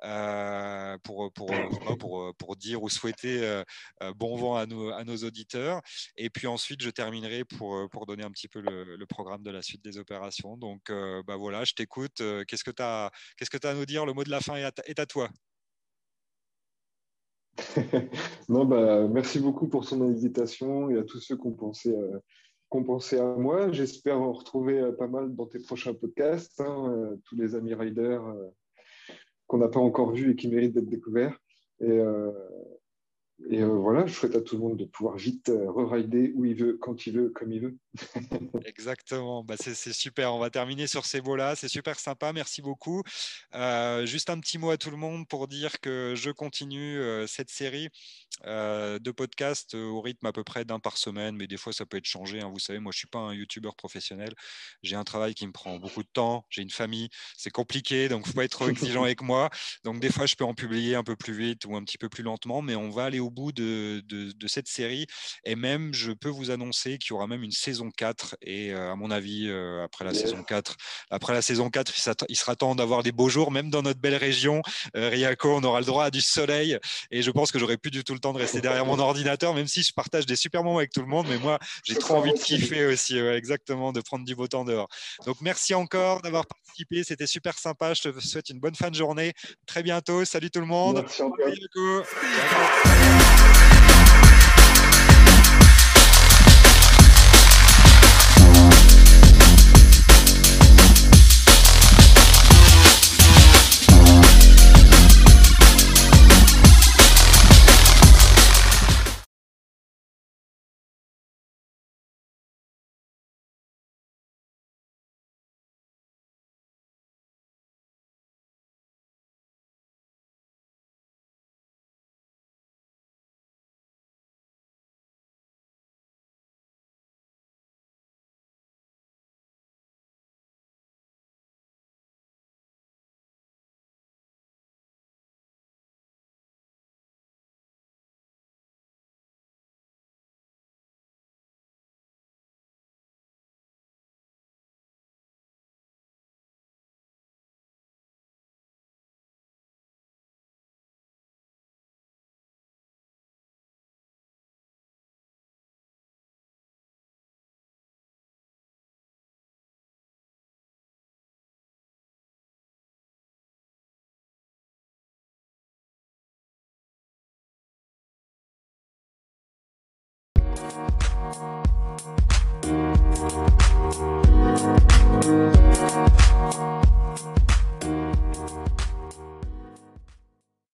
pour dire ou souhaiter bon vent à nos auditeurs. Et puis ensuite, je terminerai pour donner un petit peu le programme de la suite des opérations. Donc, bah voilà, je t'écoute. Qu'est-ce que tu as à nous dire? Le mot de la fin est à toi. Non, bah, merci beaucoup pour son invitation et à tous ceux qui ont pensé à moi. J'espère en retrouver pas mal dans tes prochains podcasts, hein, tous les amis riders qu'on n'a pas encore vus et qui méritent d'être découverts. Et, euh, voilà, je souhaite à tout le monde de pouvoir vite re-rider où il veut, quand il veut, comme il veut. Exactement, bah, c'est super. On va terminer sur ces mots-là. C'est super sympa. Merci beaucoup. Juste un petit mot à tout le monde pour dire que je continue cette série de podcasts au rythme à peu près d'un par semaine, mais des fois ça peut être changé. Hein. Vous savez, moi je suis pas un youtubeur professionnel. J'ai un travail qui me prend beaucoup de temps. J'ai une famille, c'est compliqué, donc faut pas être trop exigeant avec moi. Donc des fois je peux en publier un peu plus vite ou un petit peu plus lentement, mais on va aller au bout de cette série. Et même, je peux vous annoncer qu'il y aura même une saison 4. Et à mon avis, après la saison 4, il sera temps d'avoir des beaux jours, même dans notre belle région. Riaco, on aura le droit à du soleil. Et je pense que j'aurai plus du tout le temps de rester derrière mon ordinateur, même si je partage des super moments avec tout le monde. Mais moi, j'ai trop envie de kiffer aussi, exactement, de prendre du beau temps dehors. Donc, merci encore d'avoir participé. C'était super sympa. Je te souhaite une bonne fin de journée. Très bientôt. Salut tout le monde. Merci Antoine. Ciao.